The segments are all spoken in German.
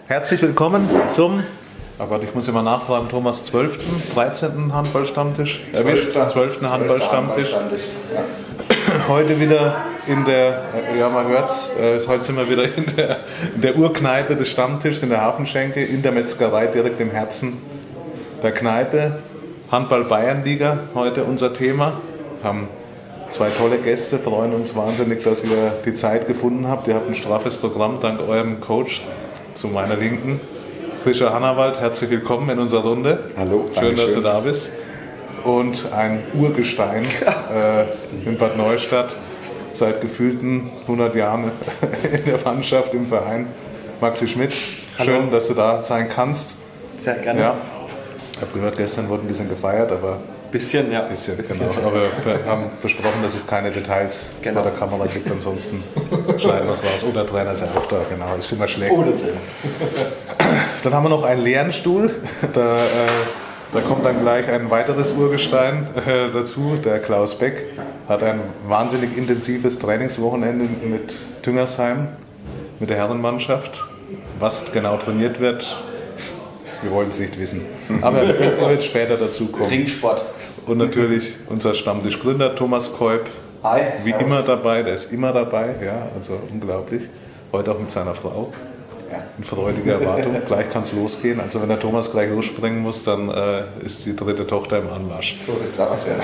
Herzlich willkommen zum, oh Gott, ich muss immer nachfragen, Thomas, 12., 13. Handballstammtisch? 12. Handballstammtisch. Ja. Heute wieder in der, ja man hört's, heute sind wir wieder in der Urkneipe des Stammtischs, in der Hafenschenke, in der Metzgerei, direkt im Herzen der Kneipe. Handball-Bayernliga, heute unser Thema. Wir haben zwei tolle Gäste, freuen uns wahnsinnig, dass ihr die Zeit gefunden habt. Ihr habt ein straffes Programm, dank eurem Coach zu meiner Linken. Fischer Hannawald, herzlich willkommen in unserer Runde. Hallo, schön, dass du da bist. Und ein Urgestein in Bad Neustadt, seit gefühlten 100 Jahren in der Mannschaft, im Verein. Maxi Schmidt, schön, hallo, dass du da sein kannst. Sehr gerne. Ja. Privat gestern wurde ein bisschen gefeiert, aber... Bisschen. Genau. Aber wir haben besprochen, dass es keine Details vor der Kamera gibt, ansonsten schneiden wir es raus. Oder der Trainer ist ja auch da, genau, ist immer schlecht. Dann haben wir noch einen leeren Stuhl, da kommt dann gleich ein weiteres Urgestein dazu, der Klaus Beck. Hat ein wahnsinnig intensives Trainingswochenende mit Tüngersheim, mit der Herrenmannschaft. Was genau trainiert wird, wir wollen es nicht wissen. Aber er wird später dazu kommen. Trinksport. Und natürlich unser Stammtischgründer Thomas Kolb. Hi. Wie immer dabei, der ist immer dabei, ja, also unglaublich. Heute auch mit seiner Frau. In freudiger Erwartung. Gleich kann es losgehen. Also wenn der Thomas gleich losspringen muss, dann ist die dritte Tochter im Anmarsch. So sieht's aus, ja.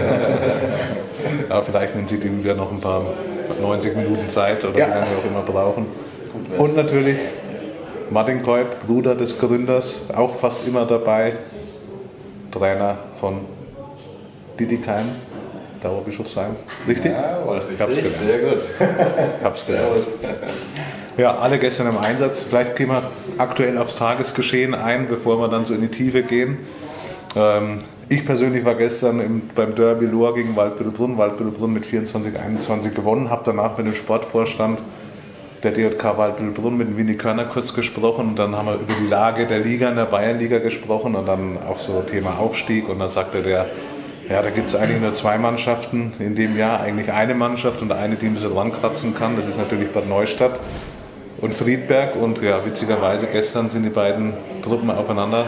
Aber vielleicht nimmt sich die Julia noch ein paar 90 Minuten Zeit oder wie lange wir auch immer brauchen. Und natürlich Martin Kolb, Bruder des Gründers, auch fast immer dabei. Trainer von Dietigheim, Dauerbischofsheim. Richtig? Jawohl, ich hab's gelernt. Sehr gut. Ich hab's gelernt. Ja, alle gestern im Einsatz. Vielleicht gehen wir aktuell aufs Tagesgeschehen ein, bevor wir dann so in die Tiefe gehen. Ich persönlich war gestern beim Derby Lohr gegen Waldbüttelbrunn. Waldbüttelbrunn mit 24-21 gewonnen. Habe danach mit dem Sportvorstand der DJK Waldbüttelbrunn mit Winnie Körner kurz gesprochen. Und dann haben wir über die Lage der Liga in der Bayernliga gesprochen und dann auch so Thema Aufstieg. Und dann sagte der, ja, da gibt es eigentlich nur zwei Mannschaften in dem Jahr. Eigentlich eine Mannschaft und eine, die ein bisschen rankratzen kann. Das ist natürlich Bad Neustadt und Friedberg. Und ja, witzigerweise gestern sind die beiden Truppen aufeinander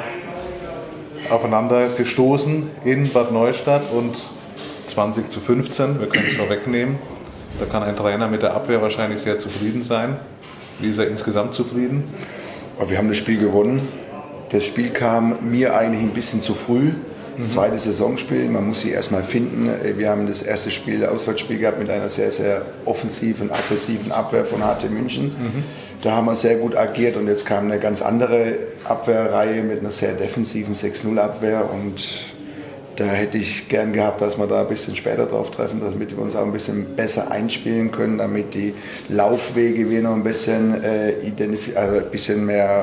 gestoßen in Bad Neustadt und 20-15, wir können es vorwegnehmen. Da kann ein Trainer mit der Abwehr wahrscheinlich sehr zufrieden sein. Wie ist er insgesamt zufrieden? Wir haben das Spiel gewonnen. Das Spiel kam mir eigentlich ein bisschen zu früh. Das zweite Saisonspiel, man muss sie erstmal finden. Wir haben das erste Spiel, Auswärtsspiel gehabt mit einer sehr, sehr offensiven, aggressiven Abwehr von HC München. Da haben wir sehr gut agiert und jetzt kam eine ganz andere Abwehrreihe mit einer sehr defensiven 6-0 Abwehr und da hätte ich gern gehabt, dass wir da ein bisschen später drauf treffen, damit wir uns auch ein bisschen besser einspielen können, damit die Laufwege wir noch ein bisschen, ein bisschen mehr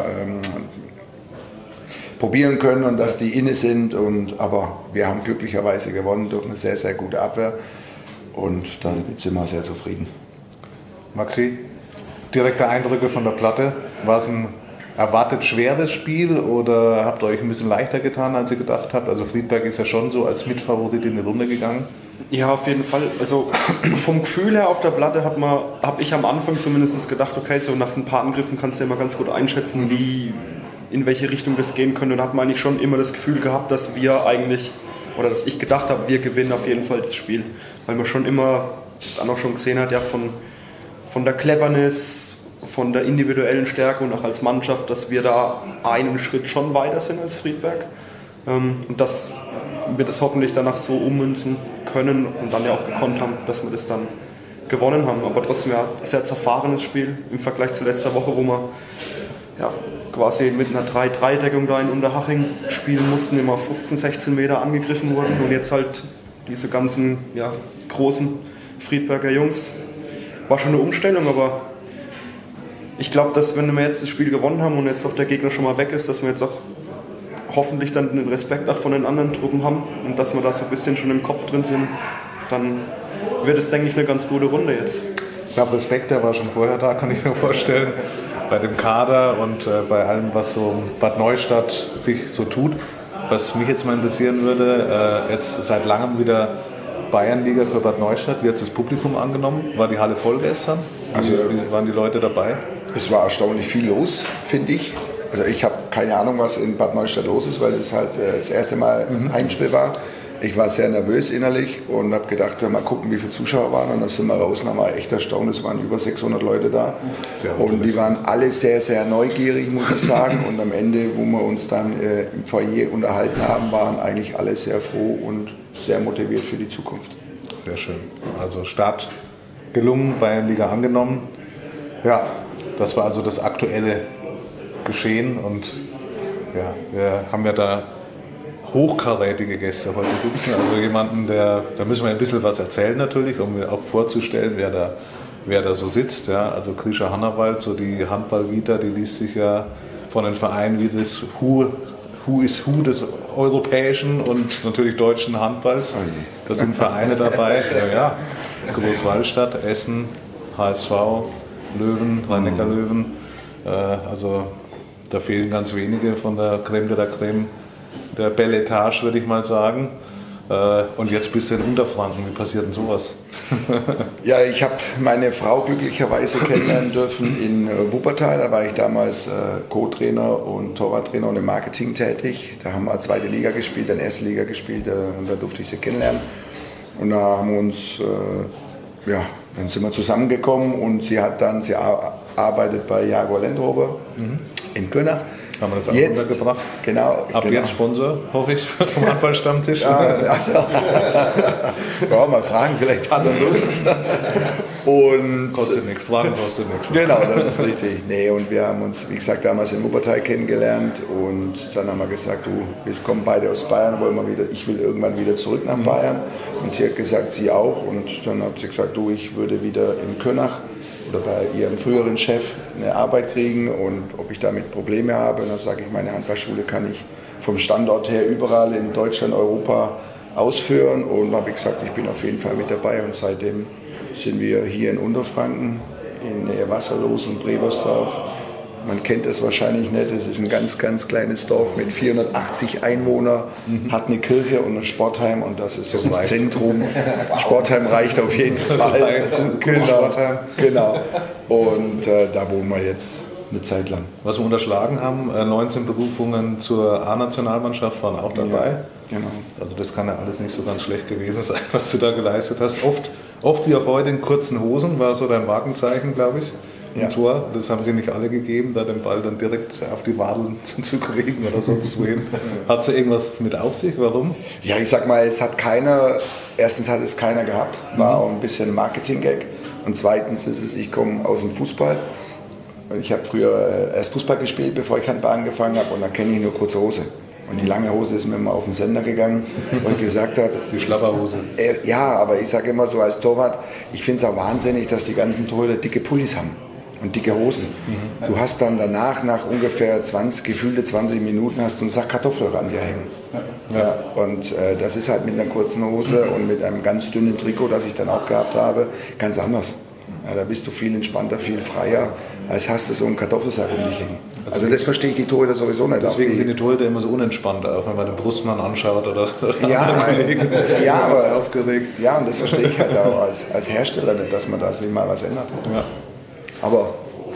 probieren können und dass die inne sind. Aber wir haben glücklicherweise gewonnen durch eine sehr, sehr gute Abwehr und damit sind wir sehr zufrieden. Maxi, direkte Eindrücke von der Platte. War es ein erwartet schweres Spiel oder habt ihr euch ein bisschen leichter getan, als ihr gedacht habt? Also Friedberg ist ja schon so als Mitfavorit in die Runde gegangen. Ja, auf jeden Fall. Also vom Gefühl her auf der Platte habe ich am Anfang zumindest gedacht, okay, so nach ein paar Angriffen kannst du ja immer ganz gut einschätzen, in welche Richtung das gehen könnte. Und da hat man eigentlich schon immer das Gefühl gehabt, dass dass ich gedacht habe, wir gewinnen auf jeden Fall das Spiel. Weil man schon immer dann auch schon gesehen hat, ja, von der Cleverness, von der individuellen Stärke und auch als Mannschaft, dass wir da einen Schritt schon weiter sind als Friedberg. Und dass wir das hoffentlich danach so ummünzen können und dann ja auch gekonnt haben, dass wir das dann gewonnen haben. Aber trotzdem ja ein sehr zerfahrenes Spiel im Vergleich zu letzter Woche, wo wir ja, quasi mit einer 3-3-Deckung da in Unterhaching spielen mussten, immer 15, 16 Meter angegriffen wurden und jetzt halt diese ganzen großen Friedberger Jungs. War schon eine Umstellung, aber ich glaube, dass wenn wir jetzt das Spiel gewonnen haben und jetzt auch der Gegner schon mal weg ist, dass wir jetzt auch hoffentlich dann den Respekt auch von den anderen Truppen haben und dass wir da so ein bisschen schon im Kopf drin sind, dann wird es, denke ich, eine ganz gute Runde jetzt. Ich glaube, Respekt, der war schon vorher da, kann ich mir vorstellen, bei dem Kader und bei allem, was so Bad Neustadt sich so tut. Was mich jetzt mal interessieren würde, jetzt seit langem wieder Bayernliga für Bad Neustadt. Wie hat das Publikum angenommen? War die Halle voll gestern? Also, wie waren die Leute dabei? Es war erstaunlich viel los, finde ich. Also ich habe keine Ahnung, was in Bad Neustadt los ist, weil es halt das erste Mal Heimspiel war. Ich war sehr nervös innerlich und habe gedacht, mal gucken, wie viele Zuschauer waren. Und dann sind wir raus und haben wir echt erstaunt, es waren über 600 Leute da. Und die waren alle sehr, sehr neugierig, muss ich sagen. Und am Ende, wo wir uns dann im Foyer unterhalten haben, waren eigentlich alle sehr froh und sehr motiviert für die Zukunft. Sehr schön. Also Start gelungen, Bayernliga angenommen. Ja, das war also das aktuelle Geschehen und ja, wir haben ja da hochkarätige Gäste heute sitzen, also jemanden, da müssen wir ein bisschen was erzählen natürlich, um mir auch vorzustellen, wer da so sitzt. Ja. Also Grisha Hannawald, so die Handball-Vita, die liest sich ja von den Vereinen wie das Who is Who des europäischen und natürlich deutschen Handballs. Da sind Vereine dabei, ja, Großwallstadt, Essen, HSV, Löwen, Rhein-Neckar-Löwen, also da fehlen ganz wenige von der Creme de la Creme der Belletage, würde ich mal sagen. Und jetzt bist du in Unterfranken. Wie passiert denn sowas? Ja, ich habe meine Frau glücklicherweise kennenlernen dürfen in Wuppertal. Da war ich damals Co-Trainer und Torwarttrainer und im Marketing tätig. Da haben wir zweite Liga gespielt, dann erste Liga gespielt und da durfte ich sie kennenlernen. Und da haben wir uns, dann sind wir zusammengekommen und sie arbeitet bei Jaguar Land Rover in Könach. Haben wir das auch untergebracht? Genau. Jetzt Sponsor, hoffe ich, vom Handballstammtisch. Also, mal fragen, vielleicht hat er Lust. Und kostet nichts, Fragen kostet nichts. Genau, das ist richtig. Nee, und wir haben uns, wie gesagt, damals in Wuppertal kennengelernt und dann haben wir gesagt, wir kommen beide aus Bayern, ich will irgendwann wieder zurück nach Bayern. Und sie hat gesagt, sie auch. Und dann hat sie gesagt, ich würde wieder in Könach oder bei ihrem früheren Chef eine Arbeit kriegen und ob ich damit Probleme habe. Und dann sage ich, meine Handballschule kann ich vom Standort her überall in Deutschland, Europa ausführen. Und habe ich gesagt, ich bin auf jeden Fall mit dabei. Und seitdem sind wir hier in Unterfranken, in Nähe Wasserlos und Brebersdorf. Man kennt es wahrscheinlich nicht, es ist ein ganz, ganz kleines Dorf mit 480 Einwohnern, hat eine Kirche und ein Sportheim und das ist so das Zentrum. Sportheim reicht auf jeden Fall. Genau. Und da wohnen wir jetzt eine Zeit lang. Was wir unterschlagen haben, 19 Berufungen zur A-Nationalmannschaft waren auch dabei. Ja, genau. Also das kann ja alles nicht so ganz schlecht gewesen sein, was du da geleistet hast. Oft wie auch heute in kurzen Hosen war so dein Markenzeichen, glaube ich. Im Tor, das haben sie nicht alle gegeben, da den Ball dann direkt auf die Wadeln zu kriegen oder sonst wohin. Hat sie irgendwas mit auf sich? Warum? Ja, ich sag mal, erstens hat es keiner gehabt, war auch ein bisschen Marketing-Gag. Und zweitens ist es, ich komme aus dem Fußball. Ich habe früher erst Fußball gespielt, bevor ich Handball angefangen habe und dann kenne ich nur kurze Hose. Und die lange Hose ist mir mal auf den Sender gegangen und gesagt hat... Die Schlapperhose. Ja, aber ich sage immer so als Torwart, ich finde es auch wahnsinnig, dass die ganzen Torhüter dicke Pullis haben. Und dicke Hosen. Du hast dann danach, nach ungefähr gefühlte 20 Minuten, hast du einen Sack Kartoffeln ran dir hängen. Ja, und das ist halt mit einer kurzen Hose und mit einem ganz dünnen Trikot, das ich dann auch gehabt habe, ganz anders. Ja, da bist du viel entspannter, viel freier, als hast du so einen Kartoffelsack um dich hängen. Also das verstehe ich die Torhüter sowieso nicht. Deswegen sind die Torhüter immer so unentspannt, auch wenn man den Brustmann anschaut oder Kollegen. Aber aufgeregt. Ja, und das verstehe ich halt auch als Hersteller nicht, dass man da sich mal was ändert. Ja. Aber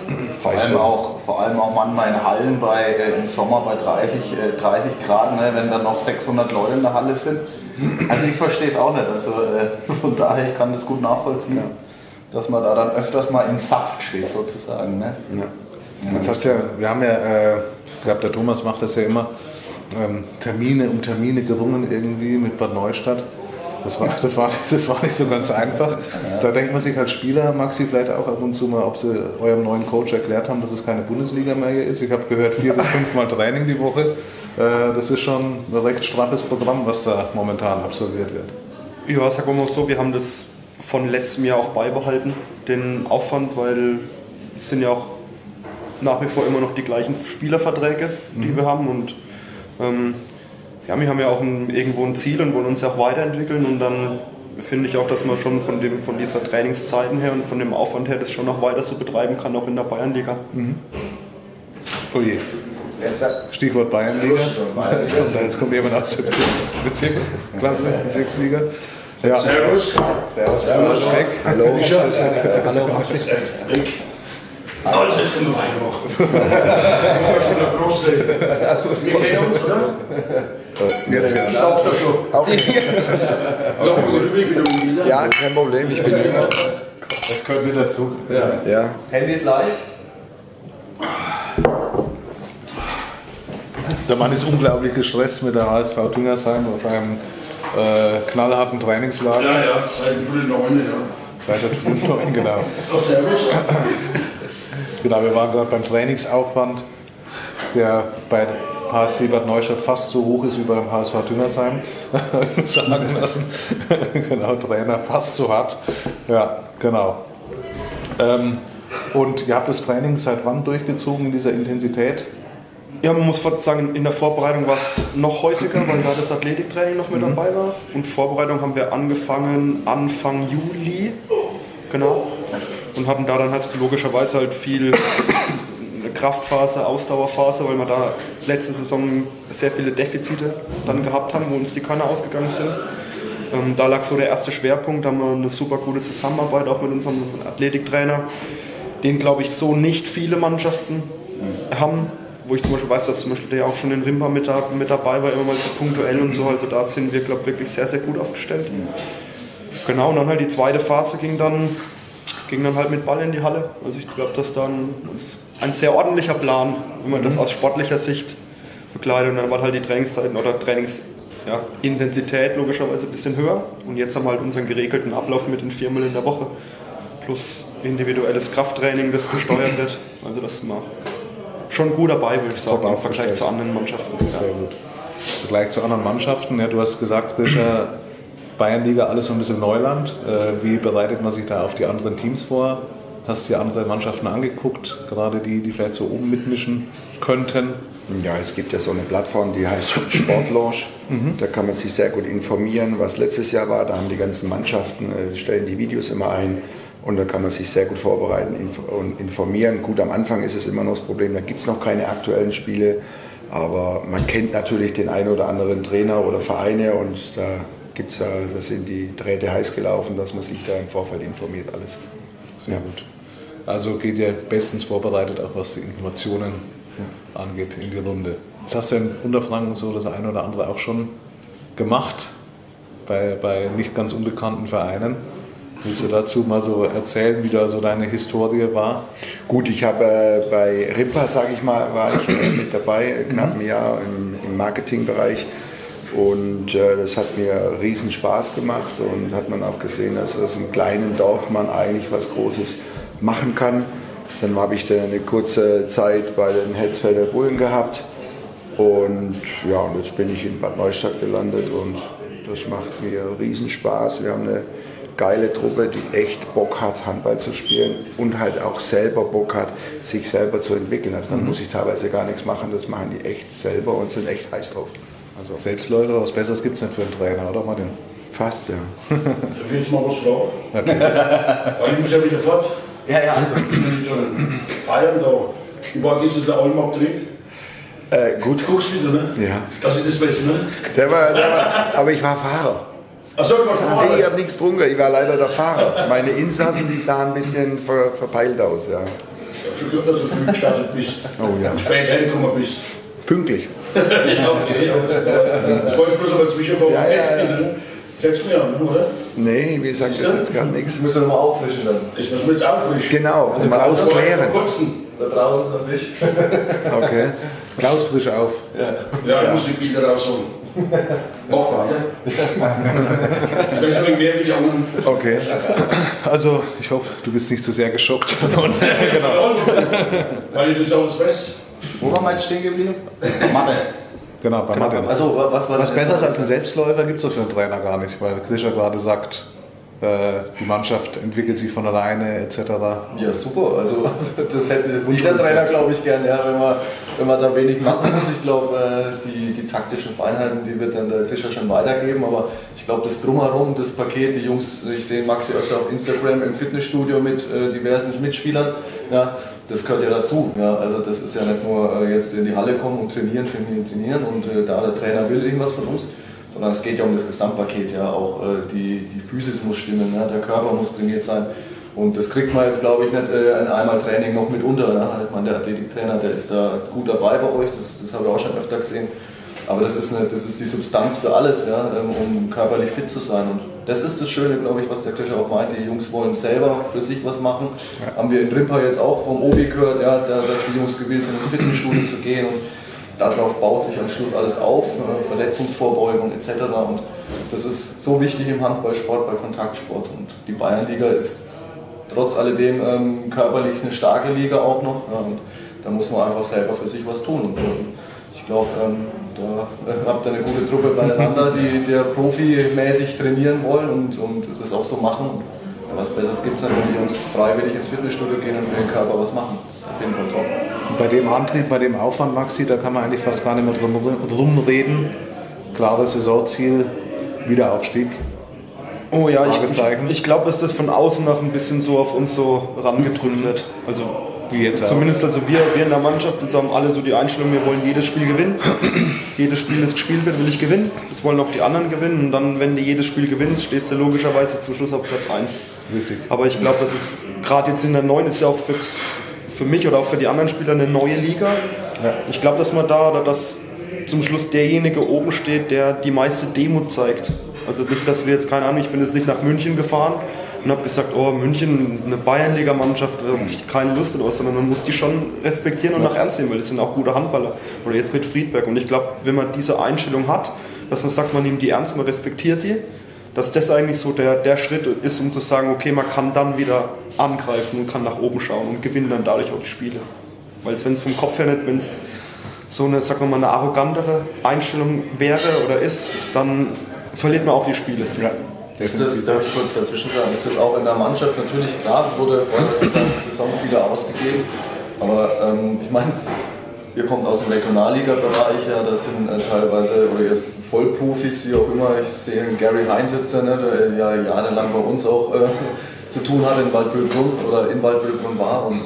vor allem auch manchmal in Hallen im Sommer bei 30 Grad, ne, wenn dann noch 600 Leute in der Halle sind. Also ich verstehe es auch nicht. Also von daher, ich kann das gut nachvollziehen, dass man da dann öfters mal im Saft steht sozusagen. Ne? Ja. Jetzt hat's wir haben ich glaube der Thomas macht das ja immer, Termine gerungen irgendwie mit Bad Neustadt. Das war nicht so ganz einfach. Ja. Da denkt man sich als Spieler, Maxi, vielleicht auch ab und zu mal, ob sie eurem neuen Coach erklärt haben, dass es keine Bundesliga mehr hier ist. Ich habe gehört, 4 bis 5 Mal Training die Woche. Das ist schon ein recht straffes Programm, was da momentan absolviert wird. Ja, sagen wir mal so, wir haben das von letztem Jahr auch beibehalten, den Aufwand, weil es sind ja auch nach wie vor immer noch die gleichen Spielerverträge, die wir haben. Und wir haben ja auch irgendwo ein Ziel und wollen uns ja auch weiterentwickeln und dann finde ich auch, dass man schon von dieser Trainingszeiten her und von dem Aufwand her das schon noch weiter so betreiben kann, auch in der Bayernliga. Oh je. Stichwort Bayernliga. Jetzt kommt jemand aus der Bezirksklasse, Bezirksliga. Ja. Servus. Hallo. Hallo. Alles ist genug einfach. Wir kennen uns, oder? Ich sag das schon. Ja, kein Problem, ich bin jünger. Das gehört mit dazu. Ja. Handy ist leicht. Der Mann ist unglaublich gestresst mit der HSV Düngersheim auf einem knallharten Trainingslager. Ja, seit dem frühen 9. Ja. Seit der frühen 9, genau. Oh, servus. Genau, wir waren gerade beim Trainingsaufwand, der bei HSC Bad Neustadt fast so hoch ist wie beim HSV Düngersheim, sagen lassen. Genau, Trainer fast so hart. Ja, genau. Und ihr habt das Training seit wann durchgezogen in dieser Intensität? Ja, man muss fast sagen, in der Vorbereitung war es noch häufiger, weil da das Athletiktraining noch mit dabei war. Und Vorbereitung haben wir angefangen Anfang Juli, genau. Und hatten da dann halt logischerweise halt viel Kraftphase, Ausdauerphase, weil wir da letzte Saison sehr viele Defizite dann gehabt haben, wo uns die Körner ausgegangen sind. Da lag so der erste Schwerpunkt, da haben wir eine super gute Zusammenarbeit auch mit unserem Athletiktrainer, den glaube ich so nicht viele Mannschaften haben. Wo ich zum Beispiel weiß, dass zum Beispiel der auch schon in Rimpa mit dabei war, immer mal so punktuell und so. Also da sind wir, glaube ich, wirklich sehr, sehr gut aufgestellt. Genau, und dann halt die zweite Phase ging dann halt mit Ball in die Halle. Also ich glaube, das ist ein sehr ordentlicher Plan, wenn man das aus sportlicher Sicht begleitet. Und dann war halt die Trainingszeiten oder Trainingsintensität logischerweise ein bisschen höher. Und jetzt haben wir halt unseren geregelten Ablauf mit den 4-mal in der Woche. Plus individuelles Krafttraining, das gesteuert wird. Also das ist mal schon gut dabei, würde ich sagen, im Vergleich zu anderen Mannschaften. Sehr gut. Im Vergleich zu anderen Mannschaften, ja, du hast gesagt, Rischer, Bayernliga, alles so ein bisschen Neuland. Wie bereitet man sich da auf die anderen Teams vor? Hast du dir andere Mannschaften angeguckt, gerade die vielleicht so oben mitmischen könnten? Ja, es gibt ja so eine Plattform, die heißt Sportlaunch. Da kann man sich sehr gut informieren, was letztes Jahr war. Da haben die ganzen Mannschaften, stellen die Videos immer ein. Und da kann man sich sehr gut vorbereiten und informieren. Gut, am Anfang ist es immer noch das Problem, da gibt es noch keine aktuellen Spiele. Aber man kennt natürlich den einen oder anderen Trainer oder Vereine und da sind die Drähte heiß gelaufen, dass man sich da im Vorfeld informiert alles. Sehr gut. Also geht ihr bestens vorbereitet, auch was die Informationen angeht, in die Runde. Jetzt hast du in Unterfranken so das eine oder andere auch schon gemacht, bei nicht ganz unbekannten Vereinen. Willst du dazu mal so erzählen, wie da so deine Historie war? Gut, ich habe bei Rimpa, sage ich mal, war ich mit dabei, knapp ein Jahr im Marketingbereich. Und das hat mir riesen Spaß gemacht und hat man auch gesehen, dass aus einem kleinen Dorf man eigentlich was Großes machen kann. Dann habe ich eine kurze Zeit bei den Hetzfelder Bullen gehabt und ja, und jetzt bin ich in Bad Neustadt gelandet und das macht mir riesen Spaß. Wir haben eine geile Truppe, die echt Bock hat, Handball zu spielen und halt auch selber Bock hat, sich selber zu entwickeln. Also dann muss ich teilweise gar nichts machen, das machen die echt selber und sind echt heiß drauf. Also Selbstläufer, was Besseres gibt es nicht für einen Trainer, oder Martin? Fast, ja. Darf ich jetzt mal was fragen? Weil ich muss ja wieder fort. Ja. Also, feiern da. Überall ist es der Allmarkt drin. Gut. Guckst wieder, ne? Ja. Das ist das Beste, ne? Aber ich war Fahrer. Achso, du warst Fahrer. Nee, ich habe nichts getrunken, ich war leider der Fahrer. Meine Insassen, die sahen ein bisschen verpeilt aus, ja. Ich habe schon gehört, dass du früh gestartet bist. Oh ja. Und spät hergekommen bist. Pünktlich. Ja, okay. Das wollte ich bloß aber zwischenkommen. Ja. Kennst du mich ja, ne, oder? Nee, wie gesagt, das ist jetzt gar nichts. Ich muss ja nochmal auffrischen dann. Das müssen wir jetzt auffrischen. Genau, also mal aufklären. Da Da draußen und ich. Okay. Klaus, frisch auf. Ja, ich muss die Bilder rausholen. Auch mal, ne? Ich weiß nicht mehr wie die anderen. Okay. Also, ich hoffe, du bist nicht zu sehr geschockt davon. Genau. Weil du das alles weißt. Wo waren wir jetzt stehen geblieben? Mathe. Genau, bei Martin. Also, was war das? Was Besseres als ein Selbstläufer gibt es doch für einen Trainer gar nicht, weil Grischer gerade sagt, die Mannschaft entwickelt sich von alleine etc. Ja, super. Also das hätte jeder Trainer, glaube ich, gern, ja, wenn man da wenig machen muss. Ich glaube, die taktischen Feinheiten, die wird dann der Grischer schon weitergeben, aber ich glaube, das Drumherum, das Paket, die Jungs, ich sehe Maxi öfter auf Instagram im Fitnessstudio mit diversen Mitspielern, ja, das gehört ja dazu. Ja, also das ist ja nicht nur jetzt in die Halle kommen und trainieren und der Trainer will irgendwas von uns, sondern es geht ja um das Gesamtpaket, ja, auch die Physis muss stimmen, ja, der Körper muss trainiert sein Und das kriegt man jetzt, glaube ich, nicht in einmal Training noch mit unter. Ne? Ich meine, der Athletiktrainer, der ist da gut dabei bei euch, das habe ich auch schon öfter gesehen. Aber das ist die Substanz für alles, ja, um körperlich fit zu sein. Und das ist das Schöne, glaube ich, was der Krischer auch meint. Die Jungs wollen selber für sich was machen. Ja. Haben wir in Rimpa jetzt auch vom Obi gehört, ja, dass die Jungs gewillt sind, ins Fitnessstudio zu gehen. Und darauf baut sich am Schluss alles auf, Verletzungsvorbeugung etc. Und das ist so wichtig im Handballsport, bei Kontaktsport. Und die Bayernliga ist trotz alledem körperlich eine starke Liga auch noch. Ja, und da muss man einfach selber für sich was tun. Und ich glaube, da habt ihr eine gute Truppe beieinander, die profimäßig trainieren wollen und das auch so machen. Ja, was Besseres gibt es dann, wenn die Jungs freiwillig ins Fitnessstudio gehen und für den Körper was machen. Das ist auf jeden Fall top. Und bei dem Antrieb, bei dem Aufwand, Maxi, da kann man eigentlich fast gar nicht mehr drum reden. Klares Saisonziel, Wiederaufstieg. Oh ja, ich glaube, dass das von außen noch ein bisschen so auf uns so rangedrückt wird. Also wie jetzt zumindest also wir in der Mannschaft und haben alle so die Einstellung, wir wollen jedes Spiel gewinnen. Jedes Spiel, das gespielt wird, will ich gewinnen. Das wollen auch die anderen gewinnen. Und dann, wenn du jedes Spiel gewinnst, stehst du logischerweise zum Schluss auf Platz 1. Richtig. Aber ich glaube, das ist gerade jetzt in der 9 ist ja auch für mich oder auch für die anderen Spieler eine neue Liga. Ja. Ich glaube, dass man dass zum Schluss derjenige oben steht, der die meiste Demut zeigt. Also nicht, dass wir jetzt, keine Ahnung, ich bin jetzt nicht nach München gefahren und habe gesagt, oh München, eine Bayernliga-Mannschaft, habe ich keine Lust oder was, sondern man muss die schon respektieren und nach ernst nehmen, weil das sind auch gute Handballer. Oder jetzt mit Friedberg. Und ich glaube, wenn man diese Einstellung hat, dass man sagt, man nimmt die ernst, man respektiert die, dass das eigentlich so der Schritt ist, um zu sagen, okay, man kann dann wieder angreifen und kann nach oben schauen und gewinnt dann dadurch auch die Spiele. Weil wenn es vom Kopf her nicht, wenn es so eine, sagen wir mal, eine arrogantere Einstellung wäre oder ist, dann verliert man auch die Spiele. Ja. Ist das, darf ich kurz dazwischen sagen, ist das auch in der Mannschaft natürlich, klar, wurde vor der Saisonziele ausgegeben, aber ich meine, ihr kommt aus dem Regionalliga-Bereich, ja, das sind teilweise, oder ihr seid Vollprofis, wie auch immer, ich sehe Gary Heinz jetzt, ne, der ja jahrelang bei uns auch zu tun hat in Waldbüttel oder in Waldbüttel war und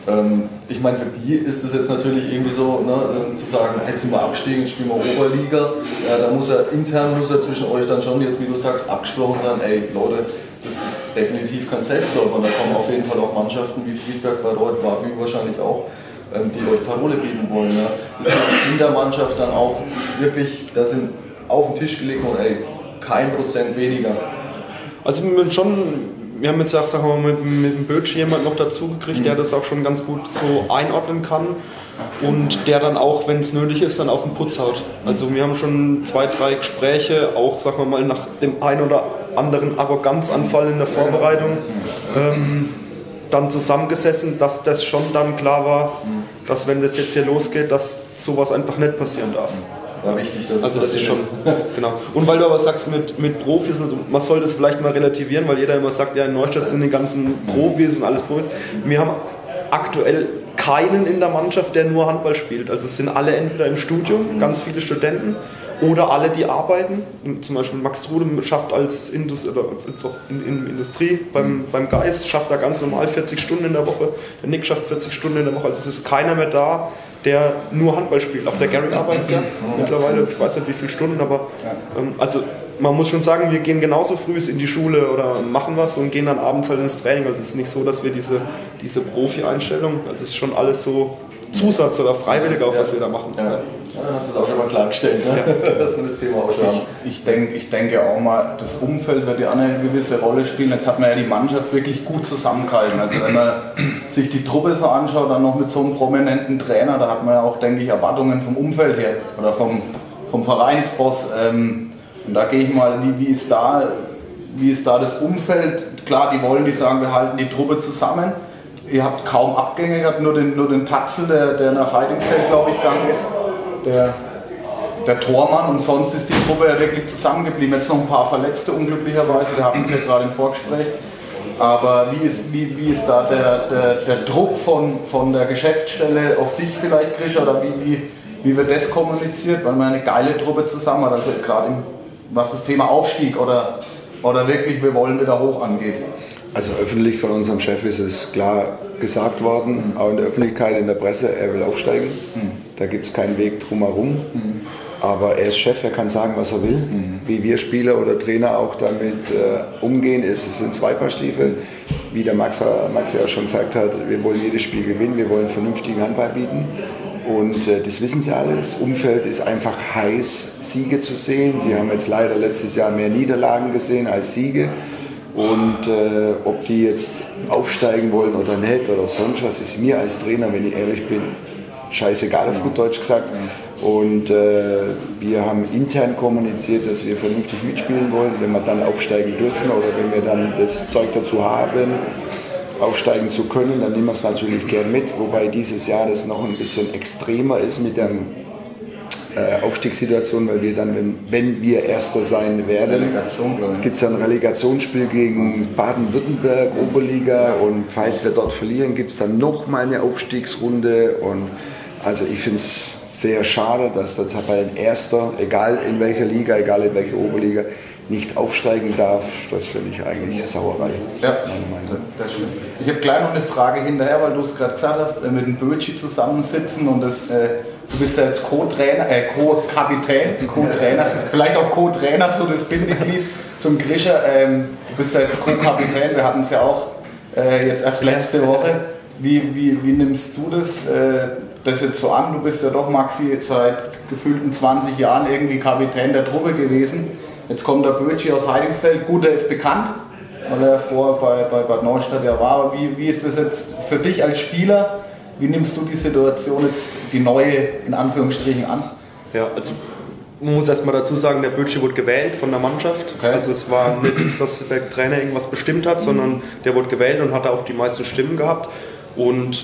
ich meine, für die ist es jetzt natürlich irgendwie so, ne, zu sagen, jetzt sind wir abgestiegen, jetzt spielen wir Oberliga. Ja, da muss er intern zwischen euch dann schon jetzt, wie du sagst, abgesprochen sein, ey Leute, das ist definitiv kein Selbstläufer. Und da kommen auf jeden Fall auch Mannschaften wie Friedberg, Bayreuth, Wabü wahrscheinlich auch, die euch Parole bieten wollen. Ja. Ist das in der Mannschaft dann auch wirklich, da sind auf den Tisch gelegt und ey, kein Prozent weniger? Also wir haben jetzt auch, sagen wir mal, mit dem Bötsch jemand noch dazu gekriegt, der das auch schon ganz gut so einordnen kann und der dann auch, wenn es nötig ist, dann auf den Putz haut. Also wir haben schon 2, 3 Gespräche, auch sagen wir mal nach dem ein oder anderen Arroganzanfall in der Vorbereitung, dann zusammengesessen, dass das schon dann klar war, dass wenn das jetzt hier losgeht, dass sowas einfach nicht passieren darf. War wichtig, dass also das ist schon genau. Und weil du aber sagst mit Profis, also man soll das vielleicht mal relativieren, weil jeder immer sagt, ja in Neustadt sind die ganzen Profis und alles Profis. Wir haben aktuell keinen in der Mannschaft, der nur Handball spielt. Also es sind alle entweder im Studium, ganz viele Studenten, oder alle, die arbeiten. Zum Beispiel Max Trude schafft als Industrie beim Geist, schafft er ganz normal 40 Stunden in der Woche. Der Nick schafft 40 Stunden in der Woche. Also es ist keiner mehr da, der nur Handball spielt. Auch der Gary arbeitet ja mittlerweile, ich weiß nicht wie viele Stunden, aber also man muss schon sagen, wir gehen genauso früh in die Schule oder machen was und gehen dann abends halt ins Training. Also es ist nicht so, dass wir diese Profi-Einstellung, also es ist schon alles so Zusatz oder freiwillig auch, was wir da machen. Ja. Ja, dann hast du es auch schon mal klargestellt, ne? Ja. Dass wir das Thema auch schon haben. Ich denke auch mal, das Umfeld wird ja eine gewisse Rolle spielen. Jetzt hat man ja die Mannschaft wirklich gut zusammengehalten. Also wenn man sich die Truppe so anschaut, dann noch mit so einem prominenten Trainer, da hat man ja auch, denke ich, Erwartungen vom Umfeld her oder vom Vereinsboss. Und da gehe ich mal, wie ist da das Umfeld? Klar, die sagen, wir halten die Truppe zusammen. Ihr habt kaum Abgänge gehabt, nur den Taxel, der nach Heidingsfeld, glaube ich, gegangen ist. Der Tormann, und sonst ist die Truppe ja wirklich zusammengeblieben. Jetzt noch ein paar Verletzte unglücklicherweise, wir hatten es ja gerade im Vorgespräch. Aber wie ist da der Druck von der Geschäftsstelle auf dich vielleicht, Krischer, oder wie wird das kommuniziert? Weil man eine geile Truppe zusammen hat, also gerade was das Thema Aufstieg oder wirklich wir wollen wieder hoch angeht. Also öffentlich von unserem Chef ist es klar gesagt worden, auch in der Öffentlichkeit, in der Presse, er will aufsteigen. Da gibt es keinen Weg drumherum. Aber er ist Chef, er kann sagen, was er will. Wie wir Spieler oder Trainer auch damit umgehen, es sind zwei Paar Stiefel. wie der Max ja schon gesagt hat, wir wollen jedes Spiel gewinnen, wir wollen vernünftigen Handball bieten. Und das wissen sie alle. Das Umfeld ist einfach heiß, Siege zu sehen. Sie haben jetzt leider letztes Jahr mehr Niederlagen gesehen als Siege. Und ob die jetzt aufsteigen wollen oder nicht oder sonst was, ist mir als Trainer, wenn ich ehrlich bin, scheißegal auf gut Deutsch gesagt. Und wir haben intern kommuniziert, dass wir vernünftig mitspielen wollen. Wenn wir dann aufsteigen dürfen oder wenn wir dann das Zeug dazu haben, aufsteigen zu können, dann nehmen wir es natürlich gern mit. Wobei dieses Jahr das noch ein bisschen extremer ist mit der Aufstiegssituation, weil wir dann, wenn wir Erster sein werden, gibt es ja ein Relegationsspiel gegen Baden-Württemberg, Oberliga, und falls wir dort verlieren, gibt es dann nochmal eine Aufstiegsrunde. Und also ich finde es sehr schade, dass der Tabellenerster, egal in welcher Liga, egal in welcher Oberliga, nicht aufsteigen darf. Das finde ich eigentlich Sauerei. Ja, das stimmt. Ich habe gleich noch eine Frage hinterher, weil du es gerade gesagt hast, mit dem Bötschi zusammensitzen und das, du bist ja jetzt Co-Trainer, Co-Kapitän, Co-Trainer, vielleicht auch Co-Trainer, so das Bindeglied zum Grischer. Du bist ja jetzt Co-Kapitän, wir hatten es ja auch jetzt erst letzte Woche. Wie nimmst du das jetzt so an? Du bist ja doch, Maxi, seit gefühlten 20 Jahren irgendwie Kapitän der Truppe gewesen. Jetzt kommt der Bötschi aus Heidingsfeld. Gut, der ist bekannt, weil er vorher bei Bad Neustadt ja war. Aber wie ist das jetzt für dich als Spieler? Wie nimmst du die Situation jetzt, die neue, in Anführungsstrichen, an? Ja, also man muss erst mal dazu sagen, der Bötschi wurde gewählt von der Mannschaft. Okay. Also es war nicht, dass der Trainer irgendwas bestimmt hat, sondern der wurde gewählt und hat auch die meisten Stimmen gehabt. Und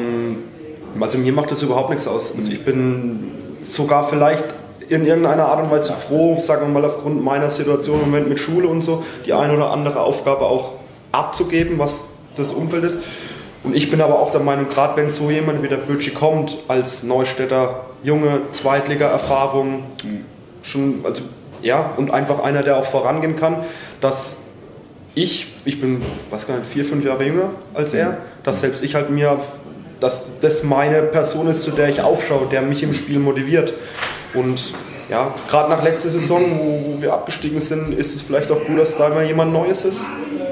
also mir macht das überhaupt nichts aus. Also ich bin sogar vielleicht in irgendeiner Art und Weise froh, sagen wir mal aufgrund meiner Situation im Moment mit Schule und so, die eine oder andere Aufgabe auch abzugeben, was das Umfeld ist. Und ich bin aber auch der Meinung, gerade wenn so jemand wie der Bötschi kommt, als Neustädter junge Zweitliga-Erfahrung, schon, also, ja, und einfach einer, der auch vorangehen kann, dass ich bin, weiß gar nicht, 4-5 Jahre jünger als er, dass selbst ich halt dass das meine Person ist, zu der ich aufschaue, der mich im Spiel motiviert. Und ja, gerade nach letzter Saison, wo wir abgestiegen sind, ist es vielleicht auch gut, dass da mal jemand Neues ist,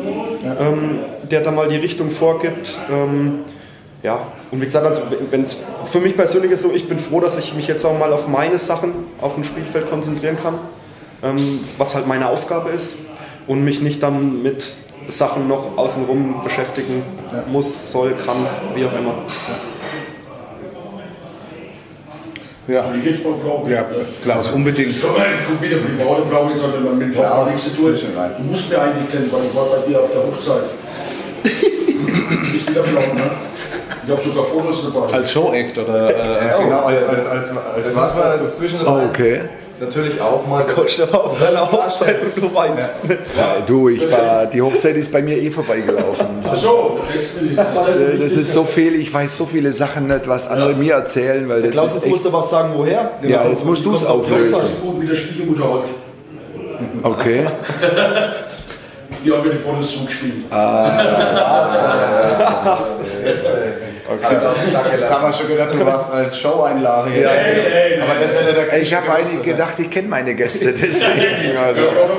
der da mal die Richtung vorgibt. Ja, und wie gesagt, also, wenn es für mich persönlich ist so, ich bin froh, dass ich mich jetzt auch mal auf meine Sachen auf dem Spielfeld konzentrieren kann, was halt meine Aufgabe ist, und mich nicht dann mit Sachen noch außenrum beschäftigen muss, soll, kann, wie auch immer. Ja, ja, Klaus, unbedingt. Ich guck wieder mit der Frau, jetzt hat man mit Frau nichts zu tun. Du musst mir eigentlich kennen, weil ich war bei dir auf der Hochzeit. Ist wieder blau, ne? Ich habe sogar Fotos dabei. Als Show-Act oder? Genau, als was war das zwischendrin? Oh, okay. Natürlich auch mal. Coach, der war auf deiner Hochzeit und du weißt es nicht. Ja, du, die Hochzeit ist bei mir vorbeigelaufen. Ach so, das ist so viel, ich weiß so viele Sachen nicht, was andere mir erzählen, weil das Klaus, ist jetzt echt, musst du aber auch sagen, woher? ja, jetzt musst du es auflösen. Mit der Schwiegermutter heute. Okay. Die haben mir die Fotos zugespielt. Okay. Also, jetzt haben wir schon gedacht, du warst als Show-Einlage. Ja, aber das hätte der ich habe eigentlich gedacht, ich kenne meine Gäste, deswegen. Also.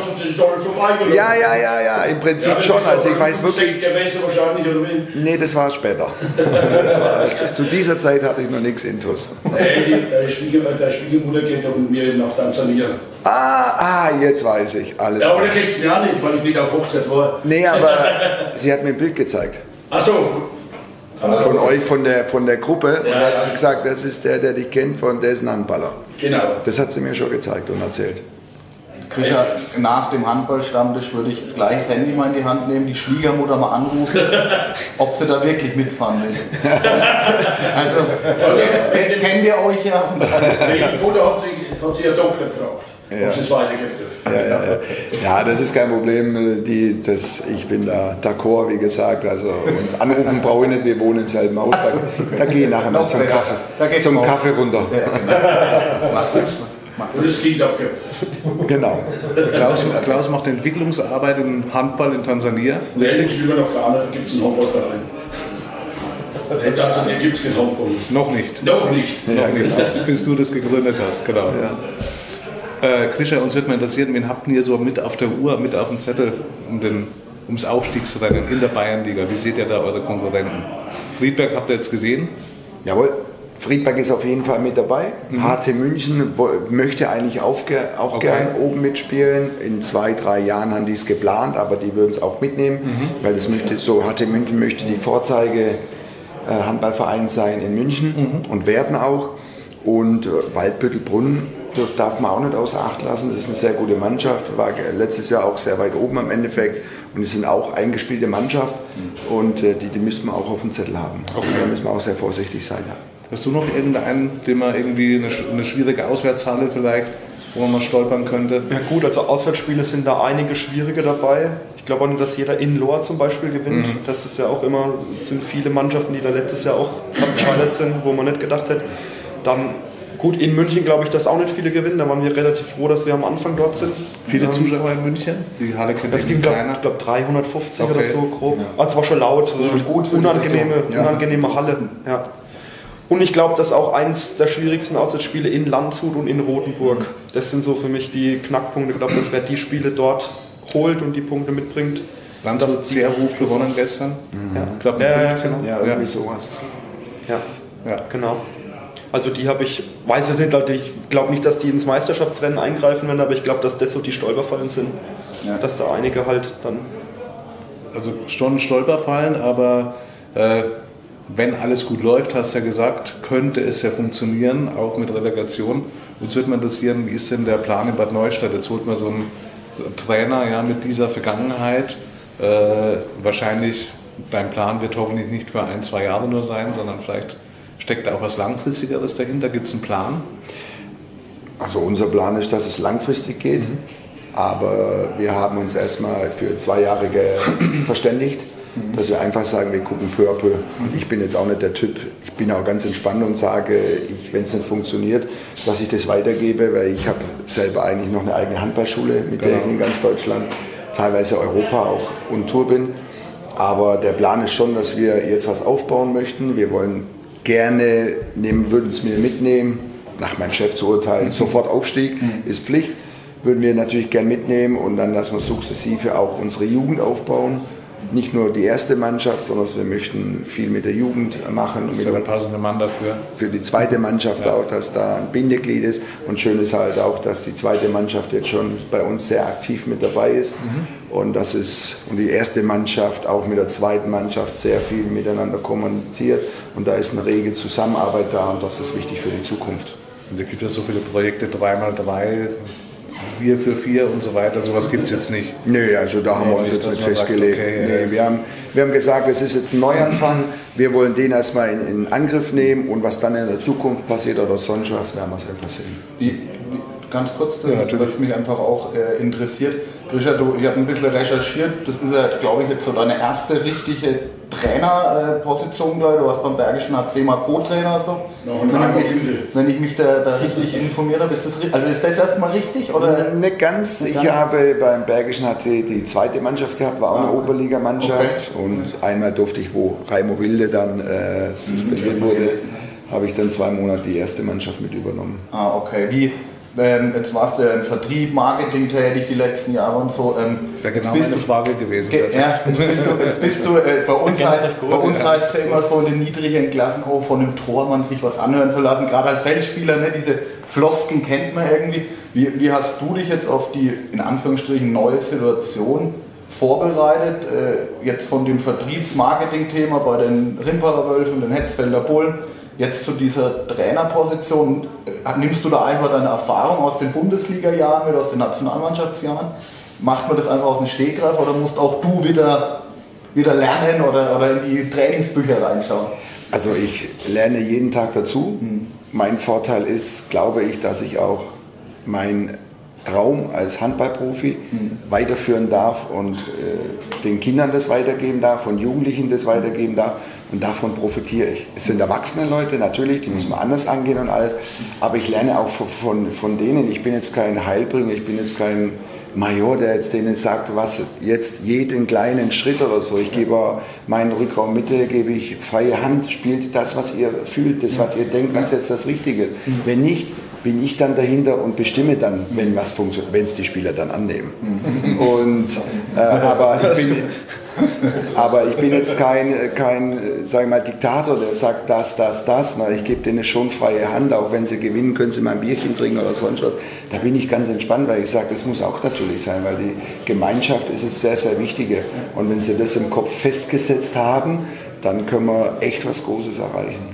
Ja, im Prinzip schon. Also ich weiß wirklich. Nee, das war später. Zu dieser Zeit hatte ich noch nichts intus. Der Schwiegermutter geht doch mit mir nach Tansania. Jetzt weiß ich alles. Ja, aber der kennst mich auch nicht, weil ich nicht auf Hochzeit war. Nee, aber sie hat mir ein Bild gezeigt. Ach so. Von euch, von der Gruppe. Und hat sie gesagt, das ist der dich kennt, der ist ein Handballer. Genau. Das hat sie mir schon gezeigt und erzählt. Grischer, nach dem Handballstammtisch würde ich gleich das Handy mal in die Hand nehmen, die Schwiegermutter mal anrufen, ob sie da wirklich mitfahren will. Also, jetzt kennt ihr euch ja. Wegen Foto hat sie ja doch gefragt, ob sie es weitergeben dürfen. Ja, das ist kein Problem. Ich bin da d'accord, wie gesagt. Also, und anrufen brauche ich nicht, wir wohnen im selben Haus. Da gehe ich nachher mal zum Kaffee. Zum Kaffee runter. Und das Kind abgeben. Genau. Klaus macht Entwicklungsarbeit im Handball in Tansania. Nee, in Südernochrana, da gibt es einen Handballverein. In Tansania gibt es keinen Handball. Noch nicht. Noch nicht. Noch nicht. Bis du das gegründet hast, genau. Ja. Grischer, uns würde mal interessieren, wen habt ihr so mit auf der Uhr, mit auf dem Zettel, um den ums Aufstiegsrennen in der Bayernliga? Wie seht ihr da eure Konkurrenten? Friedberg habt ihr jetzt gesehen? Jawohl, Friedberg ist auf jeden Fall mit dabei. HT München möchte eigentlich auch gern oben mitspielen. In 2-3 Jahren haben die es geplant, aber die würden es auch mitnehmen, weil das möchte so, HT München möchte die Vorzeige Handballverein sein in München und werden auch. Und Waldbüttelbrunn darf man auch nicht außer Acht lassen. Das ist eine sehr gute Mannschaft, war letztes Jahr auch sehr weit oben am Endeffekt. Und die sind auch eingespielte Mannschaft und die müssen wir auch auf dem Zettel haben. Okay. Da müssen wir auch sehr vorsichtig sein. Ja. Hast du noch irgendeinen, den man irgendwie eine schwierige Auswärtshalle vielleicht, wo man mal stolpern könnte? Ja gut, also Auswärtsspiele sind da einige schwierige dabei. Ich glaube auch nicht, dass jeder in Lohr zum Beispiel gewinnt. Das ist ja auch immer, es sind viele Mannschaften, die da letztes Jahr auch gescheitert sind, wo man nicht gedacht hätte. Dann gut, in München glaube ich, dass auch nicht viele gewinnen. Da waren wir relativ froh, dass wir am Anfang dort sind. Viele Zuschauer in München? Die Halle kennt das ging, ich glaube 350 oder so grob. Ja. Also es war schon laut, also gut, unangenehme Halle. Ja. Und ich glaube, das ist auch eins der schwierigsten Auswärtsspiele in Landshut und in Rothenburg. Das sind so für mich die Knackpunkte. Ich glaube, dass wer die Spiele dort holt und die Punkte mitbringt. Landshut sehr hoch gewonnen gestern. Ja. Ich glaube, 15. Ja, irgendwie sowas. Ja, genau. Also die habe ich, weiß ich nicht, ich glaube nicht, dass die ins Meisterschaftsrennen eingreifen werden, aber ich glaube, dass das so die Stolperfallen sind. Ja. Dass da einige halt dann... Also schon Stolperfallen, aber wenn alles gut läuft, hast du ja gesagt, könnte es ja funktionieren, auch mit Relegation. Uns würde mal interessieren, wie ist denn der Plan in Bad Neustadt? Jetzt holt man so einen Trainer ja, mit dieser Vergangenheit. Wahrscheinlich, dein Plan wird hoffentlich nicht für 1-2 Jahre nur sein, sondern vielleicht steckt da auch was Langfristigeres dahinter. Gibt es einen Plan? Also unser Plan ist, dass es langfristig geht. Aber wir haben uns erstmal für 2 Jahre verständigt, dass wir einfach sagen, wir gucken peu à peu. Und ich bin jetzt auch nicht der Typ, ich bin auch ganz entspannt und sage, wenn es nicht funktioniert, dass ich das weitergebe, weil ich habe selber eigentlich noch eine eigene Handballschule, mit der ich in ganz Deutschland, teilweise Europa auch und Tour bin. Aber der Plan ist schon, dass wir jetzt was aufbauen möchten. Wir wollen gerne, würden es mir mitnehmen, nach meinem Chef zu urteilen, sofort Aufstieg, ist Pflicht, würden wir natürlich gerne mitnehmen und dann lassen wir sukzessive auch unsere Jugend aufbauen. Nicht nur die erste Mannschaft, sondern wir möchten viel mit der Jugend machen. Das ist der passende Mann dafür. Für die zweite Mannschaft auch, dass da ein Bindeglied ist. Und schön ist halt auch, dass die zweite Mannschaft jetzt schon bei uns sehr aktiv mit dabei ist. Und die erste Mannschaft auch mit der zweiten Mannschaft sehr viel miteinander kommuniziert. Und da ist eine rege Zusammenarbeit da und das ist wichtig für die Zukunft. Und es gibt ja so viele Projekte, 3x3, 4x4 und so weiter, sowas gibt es jetzt nicht. Nö, also da haben wir uns jetzt nicht festgelegt. Sagt, okay, wir haben gesagt, es ist jetzt ein Neuanfang, wir wollen den erstmal in Angriff nehmen und was dann in der Zukunft passiert oder sonst was, werden wir es einfach sehen. Ganz kurz, weil es mich einfach auch interessiert. Grisha, ich habe ein bisschen recherchiert, das ist ja, glaube ich, jetzt so deine erste richtige Trainerposition, glaube ich. Du warst beim Bergischen HC mal Co-Trainer. So. Wenn ich mich da richtig informiert habe, ist das erstmal richtig? Oder? Nicht ganz. Ich habe beim Bergischen HC die zweite Mannschaft gehabt, war auch eine Oberligamannschaft. Okay. Und einmal durfte ich, wo Raimo Wilde dann suspendiert wurde, habe ich dann 2 Monate die erste Mannschaft mit übernommen. Ah, okay. Jetzt warst du ja im Vertrieb, Marketing tätig die letzten Jahre und so. Wäre genau eine Frage gewesen. Jetzt bist du bei uns heißt es ja immer so in den niedrigen Klassen, von dem Tormann sich was anhören zu lassen, gerade als Feldspieler, ne? Diese Flosken kennt man irgendwie. Wie hast du dich jetzt auf die, in Anführungsstrichen, neue Situation vorbereitet? Jetzt von dem Vertriebs-Marketing-Thema bei den Rimperer Wölfen, den Hetzfelder Bullen, jetzt zu dieser Trainerposition, nimmst du da einfach deine Erfahrung aus den Bundesliga-Jahren oder aus den Nationalmannschaftsjahren? Macht man das einfach aus dem Stegreif oder musst auch du wieder lernen oder in die Trainingsbücher reinschauen? Also ich lerne jeden Tag dazu. Mein Vorteil ist, glaube ich, dass ich auch meinen Traum als Handballprofi weiterführen darf und den Kindern das weitergeben darf und Jugendlichen das weitergeben darf. Und davon profitiere ich. Es sind erwachsene Leute, natürlich, die muss man anders angehen und alles, aber ich lerne auch von denen. Ich bin jetzt kein Heilbringer, ich bin jetzt kein Major, der jetzt denen sagt, was jetzt jeden kleinen Schritt oder so. Ich gebe meinen Rückraum Mitte, gebe ich freie Hand, spielt das, was ihr fühlt, das, was ihr denkt, was jetzt das Richtige ist. Wenn nicht, bin ich dann dahinter und bestimme dann, wenn was funktioniert, wenn es die Spieler dann annehmen. Und, aber ich bin jetzt kein sag ich mal, Diktator, der sagt das. Na, ich gebe denen schon freie Hand, auch wenn sie gewinnen, können sie mal ein Bierchen trinken oder sonst was. Da bin ich ganz entspannt, weil ich sage, das muss auch natürlich sein, weil die Gemeinschaft ist es sehr, sehr Wichtige. Und wenn sie das im Kopf festgesetzt haben, dann können wir echt was Großes erreichen.